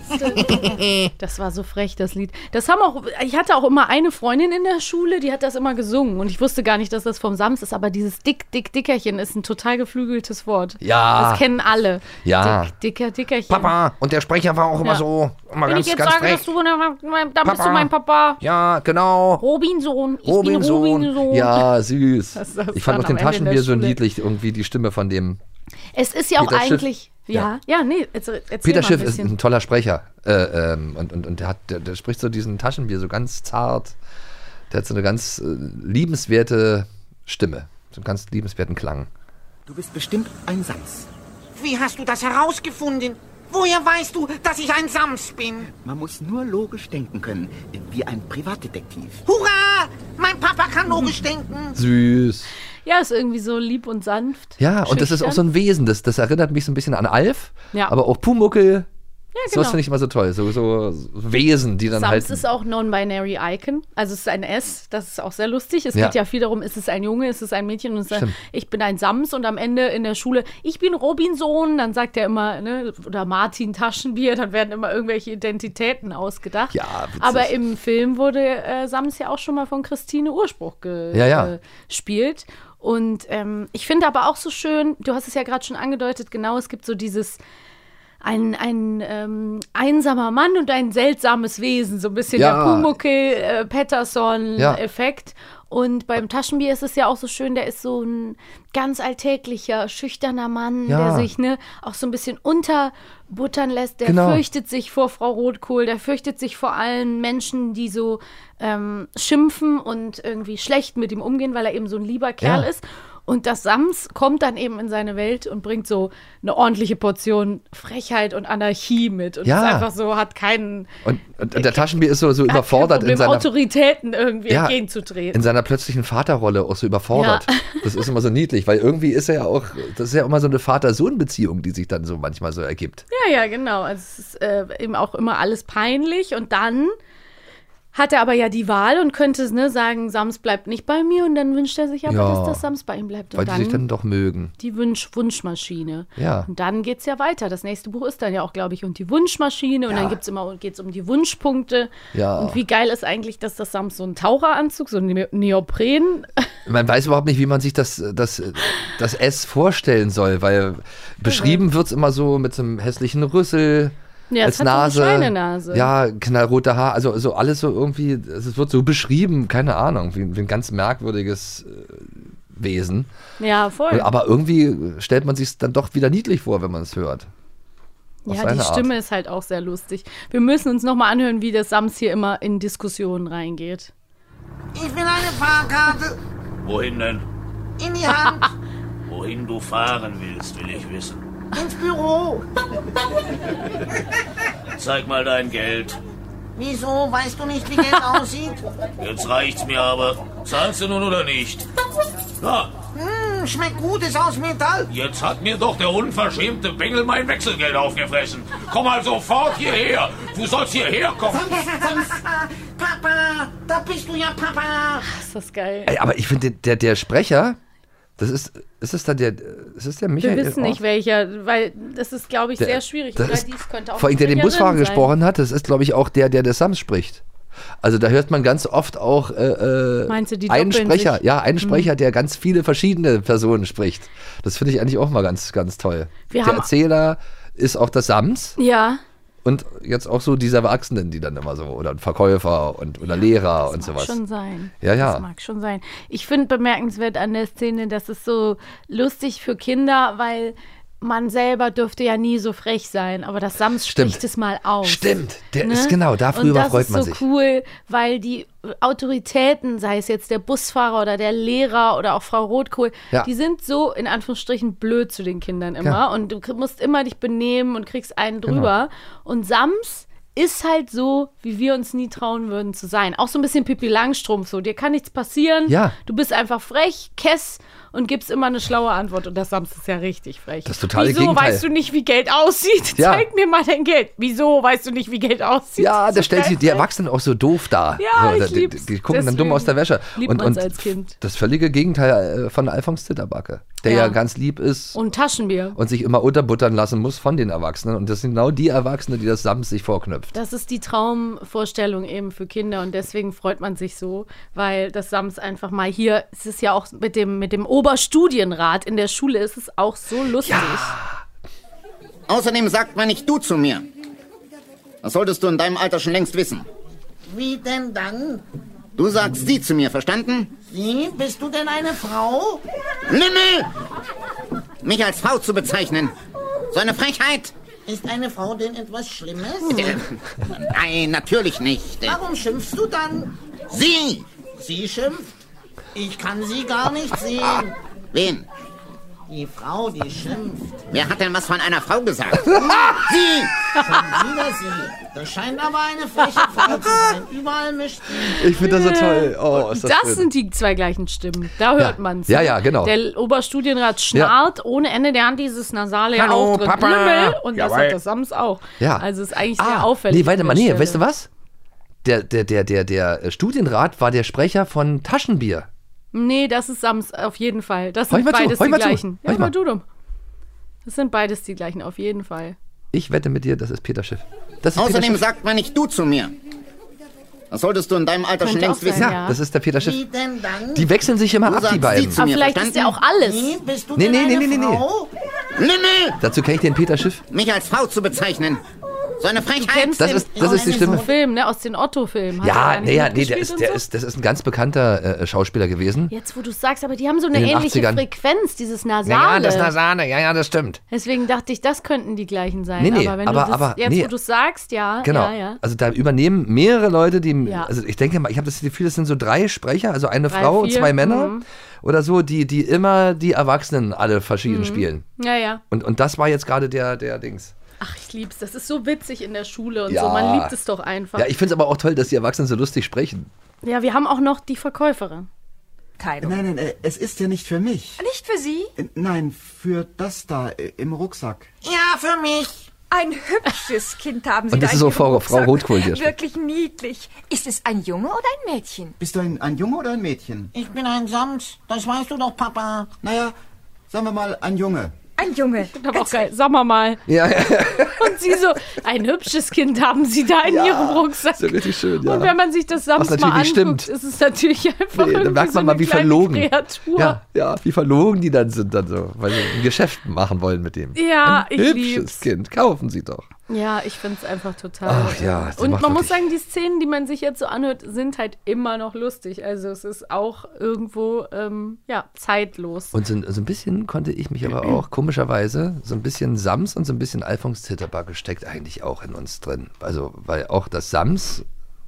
E: Das war so frech, das Lied. Das haben auch, ich hatte auch immer eine Freundin in der Schule, die hat das immer gesungen. Und ich wusste gar nicht, dass das vom Sams ist, aber dieses Dick, Dick, Dickerchen ist ein total geflügeltes Wort.
D: Ja.
E: Das kennen alle.
D: Ja.
E: Dick, Dicker, Dickerchen.
D: Papa, und der Sprecher war auch immer
E: Ja.
D: so, immer
E: Wenn
D: ganz,
E: ich jetzt
D: ganz
E: sage,
D: frech.
E: dass du, dann bist
D: Papa.
E: du mein Papa.
D: Ja, genau.
E: Robinson. Ich
D: Robinson.
E: bin Robinson.
D: Ja, süß.
E: Das ist das
D: Ich fand
E: dann
D: auch den
E: am Ende in der
D: Taschenbier so
E: Schule.
D: niedlich, irgendwie die Stimme von dem.
E: Es ist ja auch
D: Peter Schiff.
E: eigentlich. Ja, ja, nee, erzähl, erzähl
D: Peter
E: mal
D: Schiff
E: ein
D: ist
E: bisschen.
D: ein toller Sprecher. Äh, ähm, und und, und der, hat, der, der spricht so diesen Taschenbier so ganz zart. Der hat so eine ganz äh, liebenswerte Stimme. So einen ganz liebenswerten Klang.
K: Du bist bestimmt ein Sams.
J: Wie hast du das herausgefunden? Woher weißt du, dass ich ein Sams bin?
K: Man muss nur logisch denken können, wie ein Privatdetektiv.
J: Hurra! Mein Papa kann logisch denken.
D: Süß.
E: Ja, ist irgendwie so lieb und sanft.
D: Ja, und das ist auch so ein Wesen. Das, das erinnert mich so ein bisschen an Alf.
E: Ja.
D: Aber auch Pumuckel.
E: Ja,
D: Sowas
E: genau.
D: finde ich immer so toll. So, so Wesen, die dann
E: Sams
D: halt.
E: ist auch Non-Binary Icon. Also es ist ein S, das ist auch sehr lustig. Es
D: Ja.
E: geht ja viel darum, ist es ein Junge, ist es ein Mädchen und es ist ein,
D: Stimmt.
E: ich bin ein Sams und am Ende in der Schule, ich bin Robinson, dann sagt er immer, ne, oder Martin Taschenbier, dann werden immer irgendwelche Identitäten ausgedacht.
D: Ja, witzig.
E: Aber im Film wurde äh, Sams ja auch schon mal von Christine Urspruch ge-
D: Ja, ja.
E: äh, gespielt. Und ähm, ich finde aber auch so schön, du hast es ja gerade schon angedeutet, genau, es gibt so dieses ein, ein ähm, einsamer Mann und ein seltsames Wesen, so ein bisschen
D: Ja.
E: der Pumuckl-Patterson-Effekt. Und beim Taschenbier ist es ja auch so schön, der ist so ein ganz alltäglicher, schüchterner Mann,
D: Ja.
E: der sich ne, auch so ein bisschen unterbuttern lässt. Der
D: Genau.
E: fürchtet sich vor Frau Rotkohl, der fürchtet sich vor allen Menschen, die so ähm, schimpfen und irgendwie schlecht mit ihm umgehen, weil er eben so ein lieber Kerl
D: Ja.
E: ist. Und das Sams kommt dann eben in seine Welt und bringt so eine ordentliche Portion Frechheit und Anarchie mit. Und
D: Ja.
E: ist einfach so, hat keinen
D: Und, und, und der Taschenbier ist so, so
E: hat kein
D: überfordert
E: Problem,
D: in seiner,
E: Autoritäten irgendwie
D: Ja,
E: entgegenzutreten.
D: in seiner plötzlichen Vaterrolle auch so überfordert.
E: Ja.
D: Das ist immer so niedlich, weil irgendwie ist er ja auch, das ist ja immer so eine Vater-Sohn-Beziehung, die sich dann so manchmal so ergibt.
E: Ja, ja, genau. Also es ist äh, eben auch immer alles peinlich. Und dann hat er aber ja die Wahl und könnte ne, sagen, Sams bleibt nicht bei mir. Und dann wünscht er sich aber,
D: Ja.
E: dass das Sams bei ihm bleibt. Und
D: Weil die
E: dann
D: sich dann doch mögen.
E: die Wunsch Wunschmaschine.
D: Ja.
E: Und dann geht es ja weiter. Das nächste Buch ist dann ja auch, glaube ich, und die Wunschmaschine. Und
D: Ja.
E: dann gibt's immer geht's um die Wunschpunkte.
D: Ja.
E: Und wie geil ist eigentlich, dass das Sams so ein Taucheranzug, so ein Ne- Neopren.
D: Man weiß überhaupt nicht, wie man sich das, das, das S vorstellen soll, weil beschrieben wird es immer so mit so einem hässlichen Rüssel.
E: Ja,
D: als
E: es hat so eine
D: Nase.
E: Schweinenase.
D: Ja, knallrote Haar, also so alles so irgendwie, es wird so beschrieben, keine Ahnung, wie, wie ein ganz merkwürdiges äh, Wesen.
E: Ja, voll.
D: Aber irgendwie stellt man sich es dann doch wieder niedlich vor, wenn man es hört. Auf
E: Ja, die
D: seine Art.
E: Stimme ist halt auch sehr lustig. Wir müssen uns nochmal anhören, wie das Sams hier immer in Diskussionen reingeht.
J: Ich will eine Fahrkarte
L: Wohin denn?
J: in die Hand,
L: Wohin du fahren willst, will ich wissen.
J: ins Büro.
L: Zeig mal dein Geld.
J: Wieso? Weißt du nicht, wie Geld aussieht?
L: Jetzt reicht's mir aber. Zahlst du nun oder nicht? Na,
J: Hm, schmeckt gut, ist aus Metall.
L: jetzt hat mir doch der unverschämte Bengel mein Wechselgeld aufgefressen. Komm mal sofort hierher. Du sollst hierher kommen.
J: Sams, Papa, da bist du ja, Papa.
E: Ist das geil.
D: Ey, aber ich finde, der, der Sprecher, das ist, ist es dann der, ist es der Michael?
E: Wir wissen nicht welcher, weil das ist, glaube ich,
D: Der-
E: sehr schwierig.
D: das
E: Oder
D: ist-
E: dies könnte auch
D: Vor allem, der den
E: Sprecherin
D: Busfahrer
E: sein.
D: gesprochen hat, das ist, glaube ich, auch der, der des Sams spricht. Also da hört man ganz oft auch äh, äh,
E: Meinst du, die
D: einen
E: doppeln
D: Sprecher,
E: sich?
D: ja, einen Sprecher,
E: Mhm.
D: der ganz viele verschiedene Personen spricht. Das finde ich eigentlich auch mal ganz, ganz toll.
E: Wir
D: der
E: haben-
D: Erzähler ist auch das Sams
E: Ja,
D: und jetzt auch so diese Erwachsenen, die dann immer so, oder ein Verkäufer und oder Lehrer und
E: mag
D: sowas.
E: schon sein.
D: Ja, ja.
E: Das mag schon sein. Ich finde bemerkenswert an der Szene, dass es so lustig für Kinder, weil man selber dürfte ja nie so frech sein, aber das Sams
D: Stimmt.
E: spricht es mal aus.
D: Stimmt, der ist genau, darüber
E: Und
D: freut man
E: das ist
D: sich.
E: so cool, weil die Autoritäten, sei es jetzt der Busfahrer oder der Lehrer oder auch Frau Rotkohl,
D: Ja.
E: die sind so in Anführungsstrichen blöd zu den Kindern immer
D: Ja.
E: und du k- musst immer dich benehmen und kriegst einen
D: Genau.
E: drüber. Und Sams ist halt so, wie wir uns nie trauen würden zu sein. Auch so ein bisschen Pippi Langstrumpf so. Dir kann nichts passieren.
D: Ja.
E: Du bist einfach frech, kess und gibst immer eine schlaue Antwort. Und das Sams ist ja richtig frech.
D: Das totale
E: Wieso
D: Gegenteil.
E: weißt du nicht, wie Geld aussieht?
D: Ja.
E: Zeig mir mal dein Geld. Wieso weißt du nicht, wie Geld aussieht?
D: Ja,
E: Das
D: der
E: ist
D: stellt
E: so
D: sich die Erwachsenen auch so doof dar.
E: Ja,
D: so,
E: ich
D: die,
E: lieb's.
D: die, die gucken dann dumm
E: Deswegen
D: aus der Wäsche.
E: liebt
D: und
E: man's
D: und
E: als Kind.
D: das völlige Gegenteil äh, von Alfons Zitterbacke, der ja.
E: Ja.
D: ganz lieb ist
E: Und Taschenbier.
D: und sich immer unterbuttern lassen muss von den Erwachsenen. Und das sind genau die Erwachsenen, die das Sams sich vorknüpft.
E: Das ist die Traumvorstellung eben für Kinder und deswegen freut man sich so, weil das Sams einfach mal hier, es ist ja auch mit dem, mit dem Oberstudienrat in der Schule, ist es auch so lustig.
K: Außerdem sagt man nicht du zu mir. Das solltest du in deinem Alter schon längst wissen.
J: Wie denn dann?
K: Du sagst sie zu mir, verstanden?
J: Sie, bist du denn eine Frau?
K: Lümmel! Mich als Frau zu bezeichnen. So eine Frechheit.
J: Ist eine Frau denn etwas Schlimmes?
K: Äh, Nein, natürlich nicht.
J: Warum schimpfst du dann?
K: Sie!
J: Sie schimpft? Ich kann sie gar nicht sehen.
K: Wen?
J: Die Frau, die schimpft.
K: Wer hat denn was von einer Frau gesagt?
J: Sie!
K: Sie!
J: Schon wieder sie. Das scheint aber eine freche Frau zu sein. Überall mischt sie.
D: Ich finde das so toll. Oh, ist das
E: Das
D: schön.
E: sind die zwei gleichen Stimmen. Da hört
D: Ja.
E: man's.
D: Ja, ja, genau.
E: Der Oberstudienrat schnarrt ohne Ende, der hat dieses nasale
D: Hallo,
E: auch drin.
D: Papa.
E: Lümmel. Und das
D: Jawohl.
E: hat das Sams auch.
D: Ja.
E: Also ist eigentlich
D: Ah,
E: sehr auffällig.
D: Nee, warte
E: an
D: mal,
E: der
D: nee,
E: Stelle.
D: weißt du was? Der, der, der, der, der Studienrat war der Sprecher von Taschenbier.
E: Nee, das ist Sams auf jeden Fall. Das
D: Hör ich
E: sind
D: mal zu,
E: beides
D: hör ich
E: die
D: mal zu,
E: gleichen.
D: hör ich
E: Ja,
D: mal.
E: aber du dumm. Das sind beides die gleichen, auf jeden Fall.
D: Ich wette mit dir, das ist Peter Schiff. Das ist Peter
K: Außerdem
D: Schiff.
K: sagt man nicht du zu mir. Das solltest du in deinem Alter schon
E: Könnte
K: längst
E: auch sein,
K: wissen.
D: Ja,
E: ja.
D: das ist der Peter Schiff.
J: Wie denn dann?
D: Die wechseln sich immer
K: Du
D: ab, die
K: sagst
D: beiden.
K: sie zu
E: Aber
K: mir,
E: vielleicht ist ja
K: verstanden?
E: auch alles.
J: Sie, bist du
D: Nee,
J: denn
D: nee, nee,
J: eine
D: nee, nee, nee.
J: Frau?
K: Lümmel!
D: Dazu kenne ich den Peter Schiff.
K: Mich als Frau zu bezeichnen. So eine
E: Du
K: Frechheit.
E: kennst
D: Das
E: den
D: ist, das ist die
E: aus
D: Stimme.
E: dem Film, ne? Aus den Otto-Filmen. Hat er
D: Ja,
E: da nicht
D: nee, ja, nee, der
E: mitgespielt
D: ist,
E: und
D: der
E: so?
D: ist, das ist ein ganz bekannter äh, Schauspieler gewesen.
E: Jetzt, wo du es sagst, aber die haben so eine
D: In den
E: ähnliche
D: achtzigern.
E: Frequenz, dieses Nasale.
D: Ja, ja, das Nasane, ja, ja, das stimmt.
E: Deswegen dachte ich, das könnten die gleichen sein.
D: Nee, nee,
E: aber wenn
D: aber-
E: du das,
D: aber-
E: jetzt,
D: nee.
E: wo du es sagst, ja.
D: Genau.
E: Ja, ja.
D: Also da übernehmen mehrere Leute, die,
E: Ja.
D: also ich denke mal, ich habe das Gefühl, das sind so drei Sprecher, also eine
E: Drei,
D: Frau und
E: vier,
D: zwei Männer
E: mhm.
D: oder so, die, die immer die Erwachsenen alle verschieden spielen.
E: Ja, ja.
D: Und, und das war jetzt gerade der, der Dings.
E: Ach, ich lieb's. Das ist so witzig in der Schule und
D: Ja.
E: so. Man liebt es doch einfach.
D: Ja, ich finde es aber auch toll, dass die Erwachsenen so lustig sprechen.
E: Ja, wir haben auch noch die Verkäuferin.
M: Nein, nein, äh, es ist ja nicht für mich.
I: Nicht für Sie?
M: Äh, Nein, für das da äh, im Rucksack.
J: Ja, für mich.
I: Ein hübsches Kind haben Sie
D: Und das
I: da
D: ist
I: in
D: so
I: Ihrem
D: Frau- Frau
I: Rucksack.
D: Rotkohl hier.
I: Wirklich niedlich. Ist es ein Junge oder ein Mädchen?
M: Bist du ein, ein Junge oder ein Mädchen?
J: Ich bin ein Sams. Das weißt du doch, Papa.
M: Naja, sagen wir mal ein Junge.
I: Ein Junge.
E: Aber auch geil. Sag mal mal.
D: Ja, ja,
E: Und sie so, ein hübsches Kind haben sie da in ihrem Rucksack.
D: so richtig schön, ja.
E: Und wenn man sich das Sams
D: Was
E: mal
D: natürlich
E: anguckt,
D: nicht
E: ist es natürlich einfach
D: Nee, da
E: irgendwie
D: merkt
E: so
D: man mal,
E: eine
D: wie
E: kleine
D: verlogen.
E: Kreatur.
D: Ja, ja, wie verlogen die dann sind, dann so, weil sie ein Geschäft machen wollen mit dem.
E: Ja,
D: ein
E: ich
D: hübsches
E: lieb's.
D: Kind, kaufen Sie doch.
E: Ja, ich finde es einfach total.
D: Ach ja,
E: äh,
D: sie
E: und
D: macht
E: man muss
D: wirklich-
E: sagen, die Szenen, die man sich jetzt so anhört, sind halt immer noch lustig. Also es ist auch irgendwo, ähm, ja, zeitlos.
D: Und so, ein- so ein bisschen konnte ich mich aber auch, komischerweise, so ein bisschen Sams und so ein bisschen Alfons Zitterbacke steckt eigentlich auch in uns drin. Also, weil auch das Sams,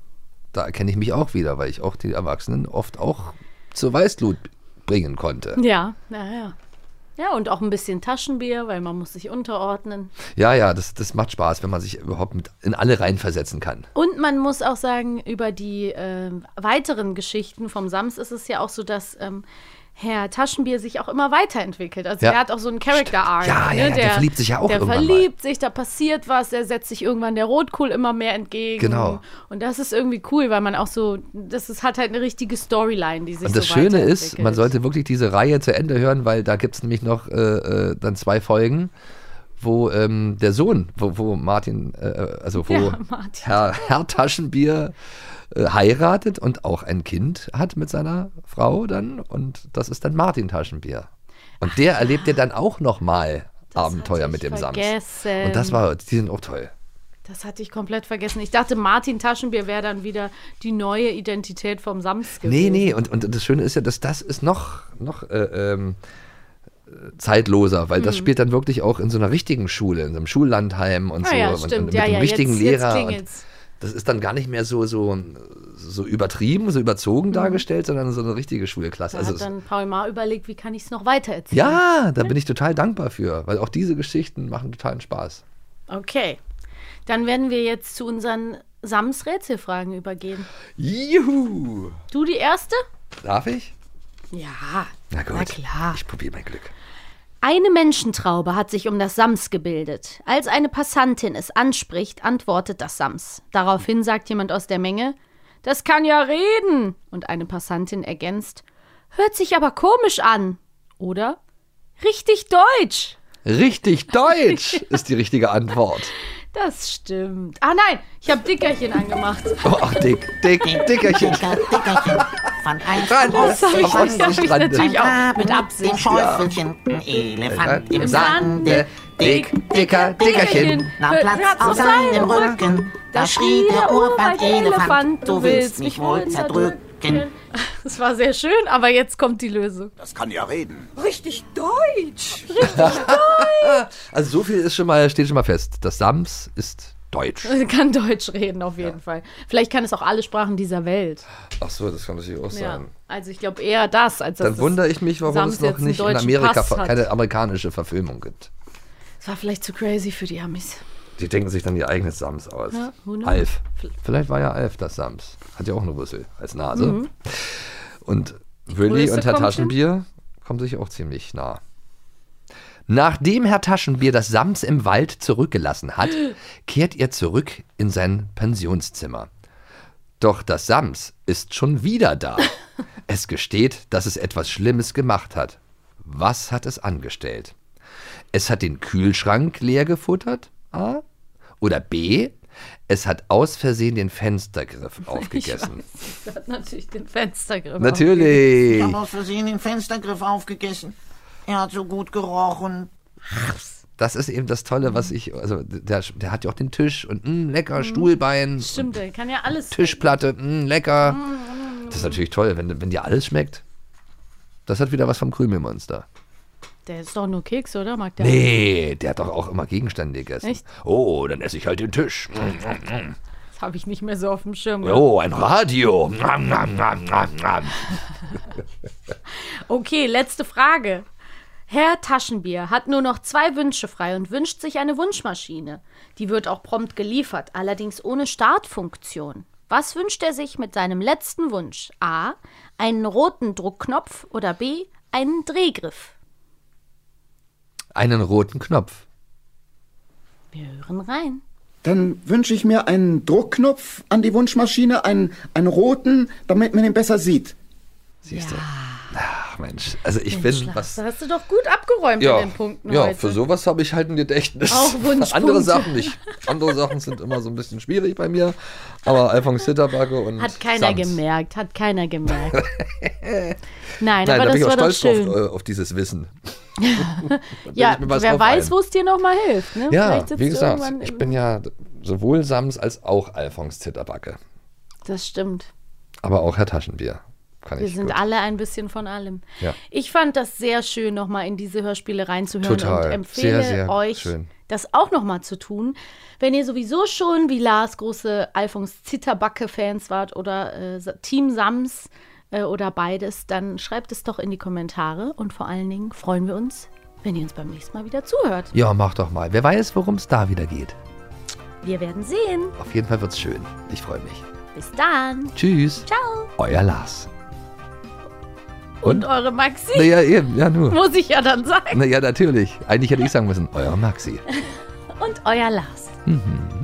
D: da erkenne ich mich auch wieder, weil ich auch die Erwachsenen oft auch zur Weißglut bringen konnte.
E: Ja, ja, ja. Ja, und auch ein bisschen Taschenbier, weil man muss sich unterordnen.
D: Ja, ja, das, das macht Spaß, wenn man sich überhaupt mit in alle reinversetzen kann.
E: Und man muss auch sagen, über die äh, weiteren Geschichten vom Sams ist es ja auch so, dass ähm, Herr Taschenbier sich auch immer weiterentwickelt. Also
D: Ja.
E: er hat auch so einen Character-Arc.
D: Ja, ja, ja, der verliebt sich ja auch
E: Der
D: irgendwann
E: verliebt sich, da passiert was, der setzt sich irgendwann der Rotkohl immer mehr entgegen.
D: Genau.
E: Und das ist irgendwie cool, weil man auch so, das ist, hat halt eine richtige Storyline, die sich
D: Und das
E: so
D: Schöne ist,
E: weiterentwickelt.
D: man sollte wirklich diese Reihe zu Ende hören, weil da gibt es nämlich noch äh, äh, dann zwei Folgen, wo ähm, der Sohn, wo, wo Martin, äh, also wo
E: Ja, Martin.
D: Herr, Herr Taschenbier äh, heiratet und auch ein Kind hat mit seiner Frau dann und das ist dann Martin Taschenbier. Und der erlebt ja dann auch nochmal Abenteuer mit dem Sams.
E: vergessen.
D: Und das war, die sind auch toll.
E: Das hatte ich komplett vergessen. Ich dachte, Martin Taschenbier wäre dann wieder die neue Identität vom Sams gewesen.
D: Nee, nee, und, und das Schöne ist ja, dass das ist noch, noch äh, ähm, zeitloser, weil das
E: Mhm.
D: spielt dann wirklich auch in so einer richtigen Schule, in so einem Schullandheim und
E: Ah
D: so
E: ja,
D: und,
E: stimmt.
D: und mit
E: Ja,
D: dem
E: ja,
D: richtigen
E: jetzt- jetzt
D: Lehrer. Und
E: klingelt's.
D: das ist dann gar nicht mehr so, so, so übertrieben, so überzogen dargestellt, sondern so eine richtige Schulklasse.
E: Mhm. Da
D: Also
E: hat
D: es-
E: dann Paul Maar überlegt, wie kann ich es noch weiter erzählen.
D: ja, da bin ich total dankbar für, weil auch diese Geschichten machen totalen Spaß.
E: Okay. Dann werden wir jetzt zu unseren Sams-Rätselfragen übergehen.
D: Juhu!
E: Du die erste?
D: Darf ich?
E: Ja.
D: Na gut,
E: Na klar.
D: ich probiere mein Glück.
E: Eine Menschentraube hat sich um das Sams gebildet. Als eine Passantin es anspricht, antwortet das Sams. Daraufhin sagt jemand aus der Menge, das kann ja reden. Und eine Passantin ergänzt, hört sich aber komisch an. Oder richtig deutsch.
D: Richtig deutsch ist die richtige Antwort.
E: Das stimmt. Ah nein, ich habe Dickerchen angemacht.
D: Oh, ach, dick, dick, Dickerchen.
J: Dicker, Dickerchen, von eins
D: Strand,
J: am
E: Das hab ich-
J: Ostseestrande.
E: das hab ich natürlich auch
J: Ein
E: mit
J: Abend
E: Absicht.
J: dem Schäufelchen, ein Elefant im
E: Im
J: Sande.
D: Dick, dicker, Dickerchen.
J: Nahm Platz auf seinem Rücken, da schrie der Urwald-Elefant, du willst mich wohl zerdrücken.
E: Das war sehr schön, aber jetzt kommt die Lösung.
N: Das kann ja reden.
H: Richtig deutsch.
D: Also so viel ist schon mal, steht schon mal fest. Das Sams ist deutsch.
E: Kann Deutsch reden, auf jeden Fall. Vielleicht kann es auch alle Sprachen dieser Welt.
D: Ach so, das kann natürlich auch
E: Ja.
D: sein.
E: Also ich glaube eher das, als dass
D: Dann wundere ich mich, warum
E: Sams
D: es noch
E: jetzt einen
D: nicht in
E: deutschen
D: Amerika
E: Pass
D: ver-
E: hat.
D: keine amerikanische Verfilmung gibt.
E: Das war vielleicht zu crazy für die Amis.
D: Die denken sich dann ihr eigenes Sams aus.
E: Ja, who knows?
D: Alf. Vielleicht war ja Alf das Sams. Hat ja auch einen Rüssel als Nase.
E: Mhm.
D: Und Willi
E: Größe
D: und Herr
E: kommt
D: Taschenbier kommen sich auch ziemlich nah. Nachdem Herr Taschenbier das Sams im Wald zurückgelassen hat, kehrt er zurück in sein Pensionszimmer. Doch das Sams ist schon wieder da. Es gesteht, dass es etwas Schlimmes gemacht hat. Was hat es angestellt? Es hat den Kühlschrank leer gefuttert, A. Oder B. Es hat aus Versehen den Fenstergriff aufgegessen.
E: Das hat natürlich den Fenstergriff.
D: Natürlich.
J: Ich habe aus Versehen den Fenstergriff aufgegessen. Er hat so gut gerochen.
D: Das ist eben das Tolle, was ich, also der, der hat ja auch den Tisch und mh, lecker, Stuhlbein,
E: Stimmt, der kann ja alles.
D: Tischplatte, mh, lecker. Das ist natürlich toll, wenn, wenn dir alles schmeckt. Das hat wieder was vom Krümelmonster.
E: Der ist doch nur Keks, oder? Mag der
D: Nee, der hat doch auch immer Gegenstände gegessen.
E: Echt?
D: Oh, dann esse ich halt den Tisch.
E: Das habe ich nicht mehr so auf dem Schirm.
D: Oh, ein Radio. Nam, nam, nam, nam, nam.
E: Okay, letzte Frage. Herr Taschenbier hat nur noch zwei Wünsche frei und wünscht sich eine Wunschmaschine. Die wird auch prompt geliefert, allerdings ohne Startfunktion. Was wünscht er sich mit seinem letzten Wunsch? A. Einen roten Druckknopf oder B. Einen Drehgriff?
D: Einen roten Knopf.
E: Wir hören rein.
M: Dann wünsche ich mir einen Druckknopf an die Wunschmaschine, einen, einen roten, damit man ihn besser sieht.
D: Siehst du? Ach Mensch, also ich
E: Mensch,
D: bin
E: Lars,
D: was.
E: Da hast du doch gut abgeräumt
D: Ja,
E: in den Punkten
D: ja
E: heute.
D: für sowas habe ich halt ein Gedächtnis.
E: Auch Wunschpunkte.
D: Andere Sachen nicht. Andere Sachen sind immer so ein bisschen schwierig bei mir. Aber Alfons Zitterbacke und
E: Hat keiner
D: Sams.
E: gemerkt, hat keiner gemerkt. Nein,
D: Nein,
E: aber
D: da bin
E: das
D: ich auch
E: war doch
D: stolz
E: schön.
D: drauf, äh, auf dieses Wissen.
E: Ja,
D: ich mir was
E: wer
D: drauf
E: weiß,
D: ein.
E: wo es dir nochmal hilft. Ne?
D: Ja,
E: Vielleicht sitzt
D: wie
E: du
D: gesagt,
E: irgendwann
D: ich
E: im-
D: bin ja sowohl Sams als auch Alfons Zitterbacke.
E: Das stimmt.
D: Aber auch Herr Taschenbier. Kann
E: Wir
D: ich
E: sind
D: gut.
E: alle ein bisschen von allem.
D: Ja.
E: Ich fand das sehr schön, nochmal in diese Hörspiele reinzuhören
D: Total.
E: und empfehle
D: Sehr, sehr
E: euch,
D: schön.
E: das auch nochmal zu tun. Wenn ihr sowieso schon wie Lars große Alfons Zitterbacke-Fans wart oder äh, Team Sams äh, oder beides, dann schreibt es doch in die Kommentare und vor allen Dingen freuen wir uns, wenn ihr uns beim nächsten Mal wieder zuhört.
D: Ja, mach doch mal. Wer weiß, worum es da wieder geht.
E: Wir werden sehen.
D: Auf jeden Fall wird's schön. Ich freue mich.
E: Bis dann.
D: Tschüss.
E: Ciao.
D: Euer Lars.
E: Und, und eure Maxi?
D: Naja, eben, ja nur.
E: Muss ich ja dann sagen.
D: Naja, natürlich. Eigentlich hätte ich sagen müssen, eure Maxi.
E: Und euer Lars.
D: Mhm.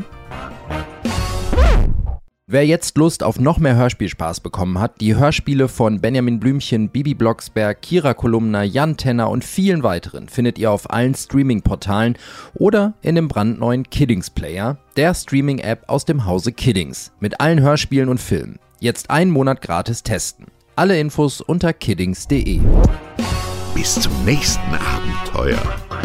N: Wer jetzt Lust auf noch mehr Hörspielspaß bekommen hat, die Hörspiele von Benjamin Blümchen, Bibi Blocksberg, Kira Kolumna, Jan Tenner und vielen weiteren findet ihr auf allen Streaming-Portalen oder in dem brandneuen Kiddings Player, der Streaming-App aus dem Hause Kiddings, mit allen Hörspielen und Filmen. Jetzt einen Monat gratis testen. Alle Infos unter kiddings punkt de.
A: Bis zum nächsten Abenteuer.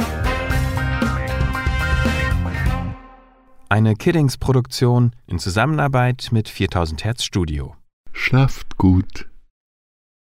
O: Eine Kiddings-Produktion in Zusammenarbeit mit viertausend Hertz Studio.
A: Schlaft gut.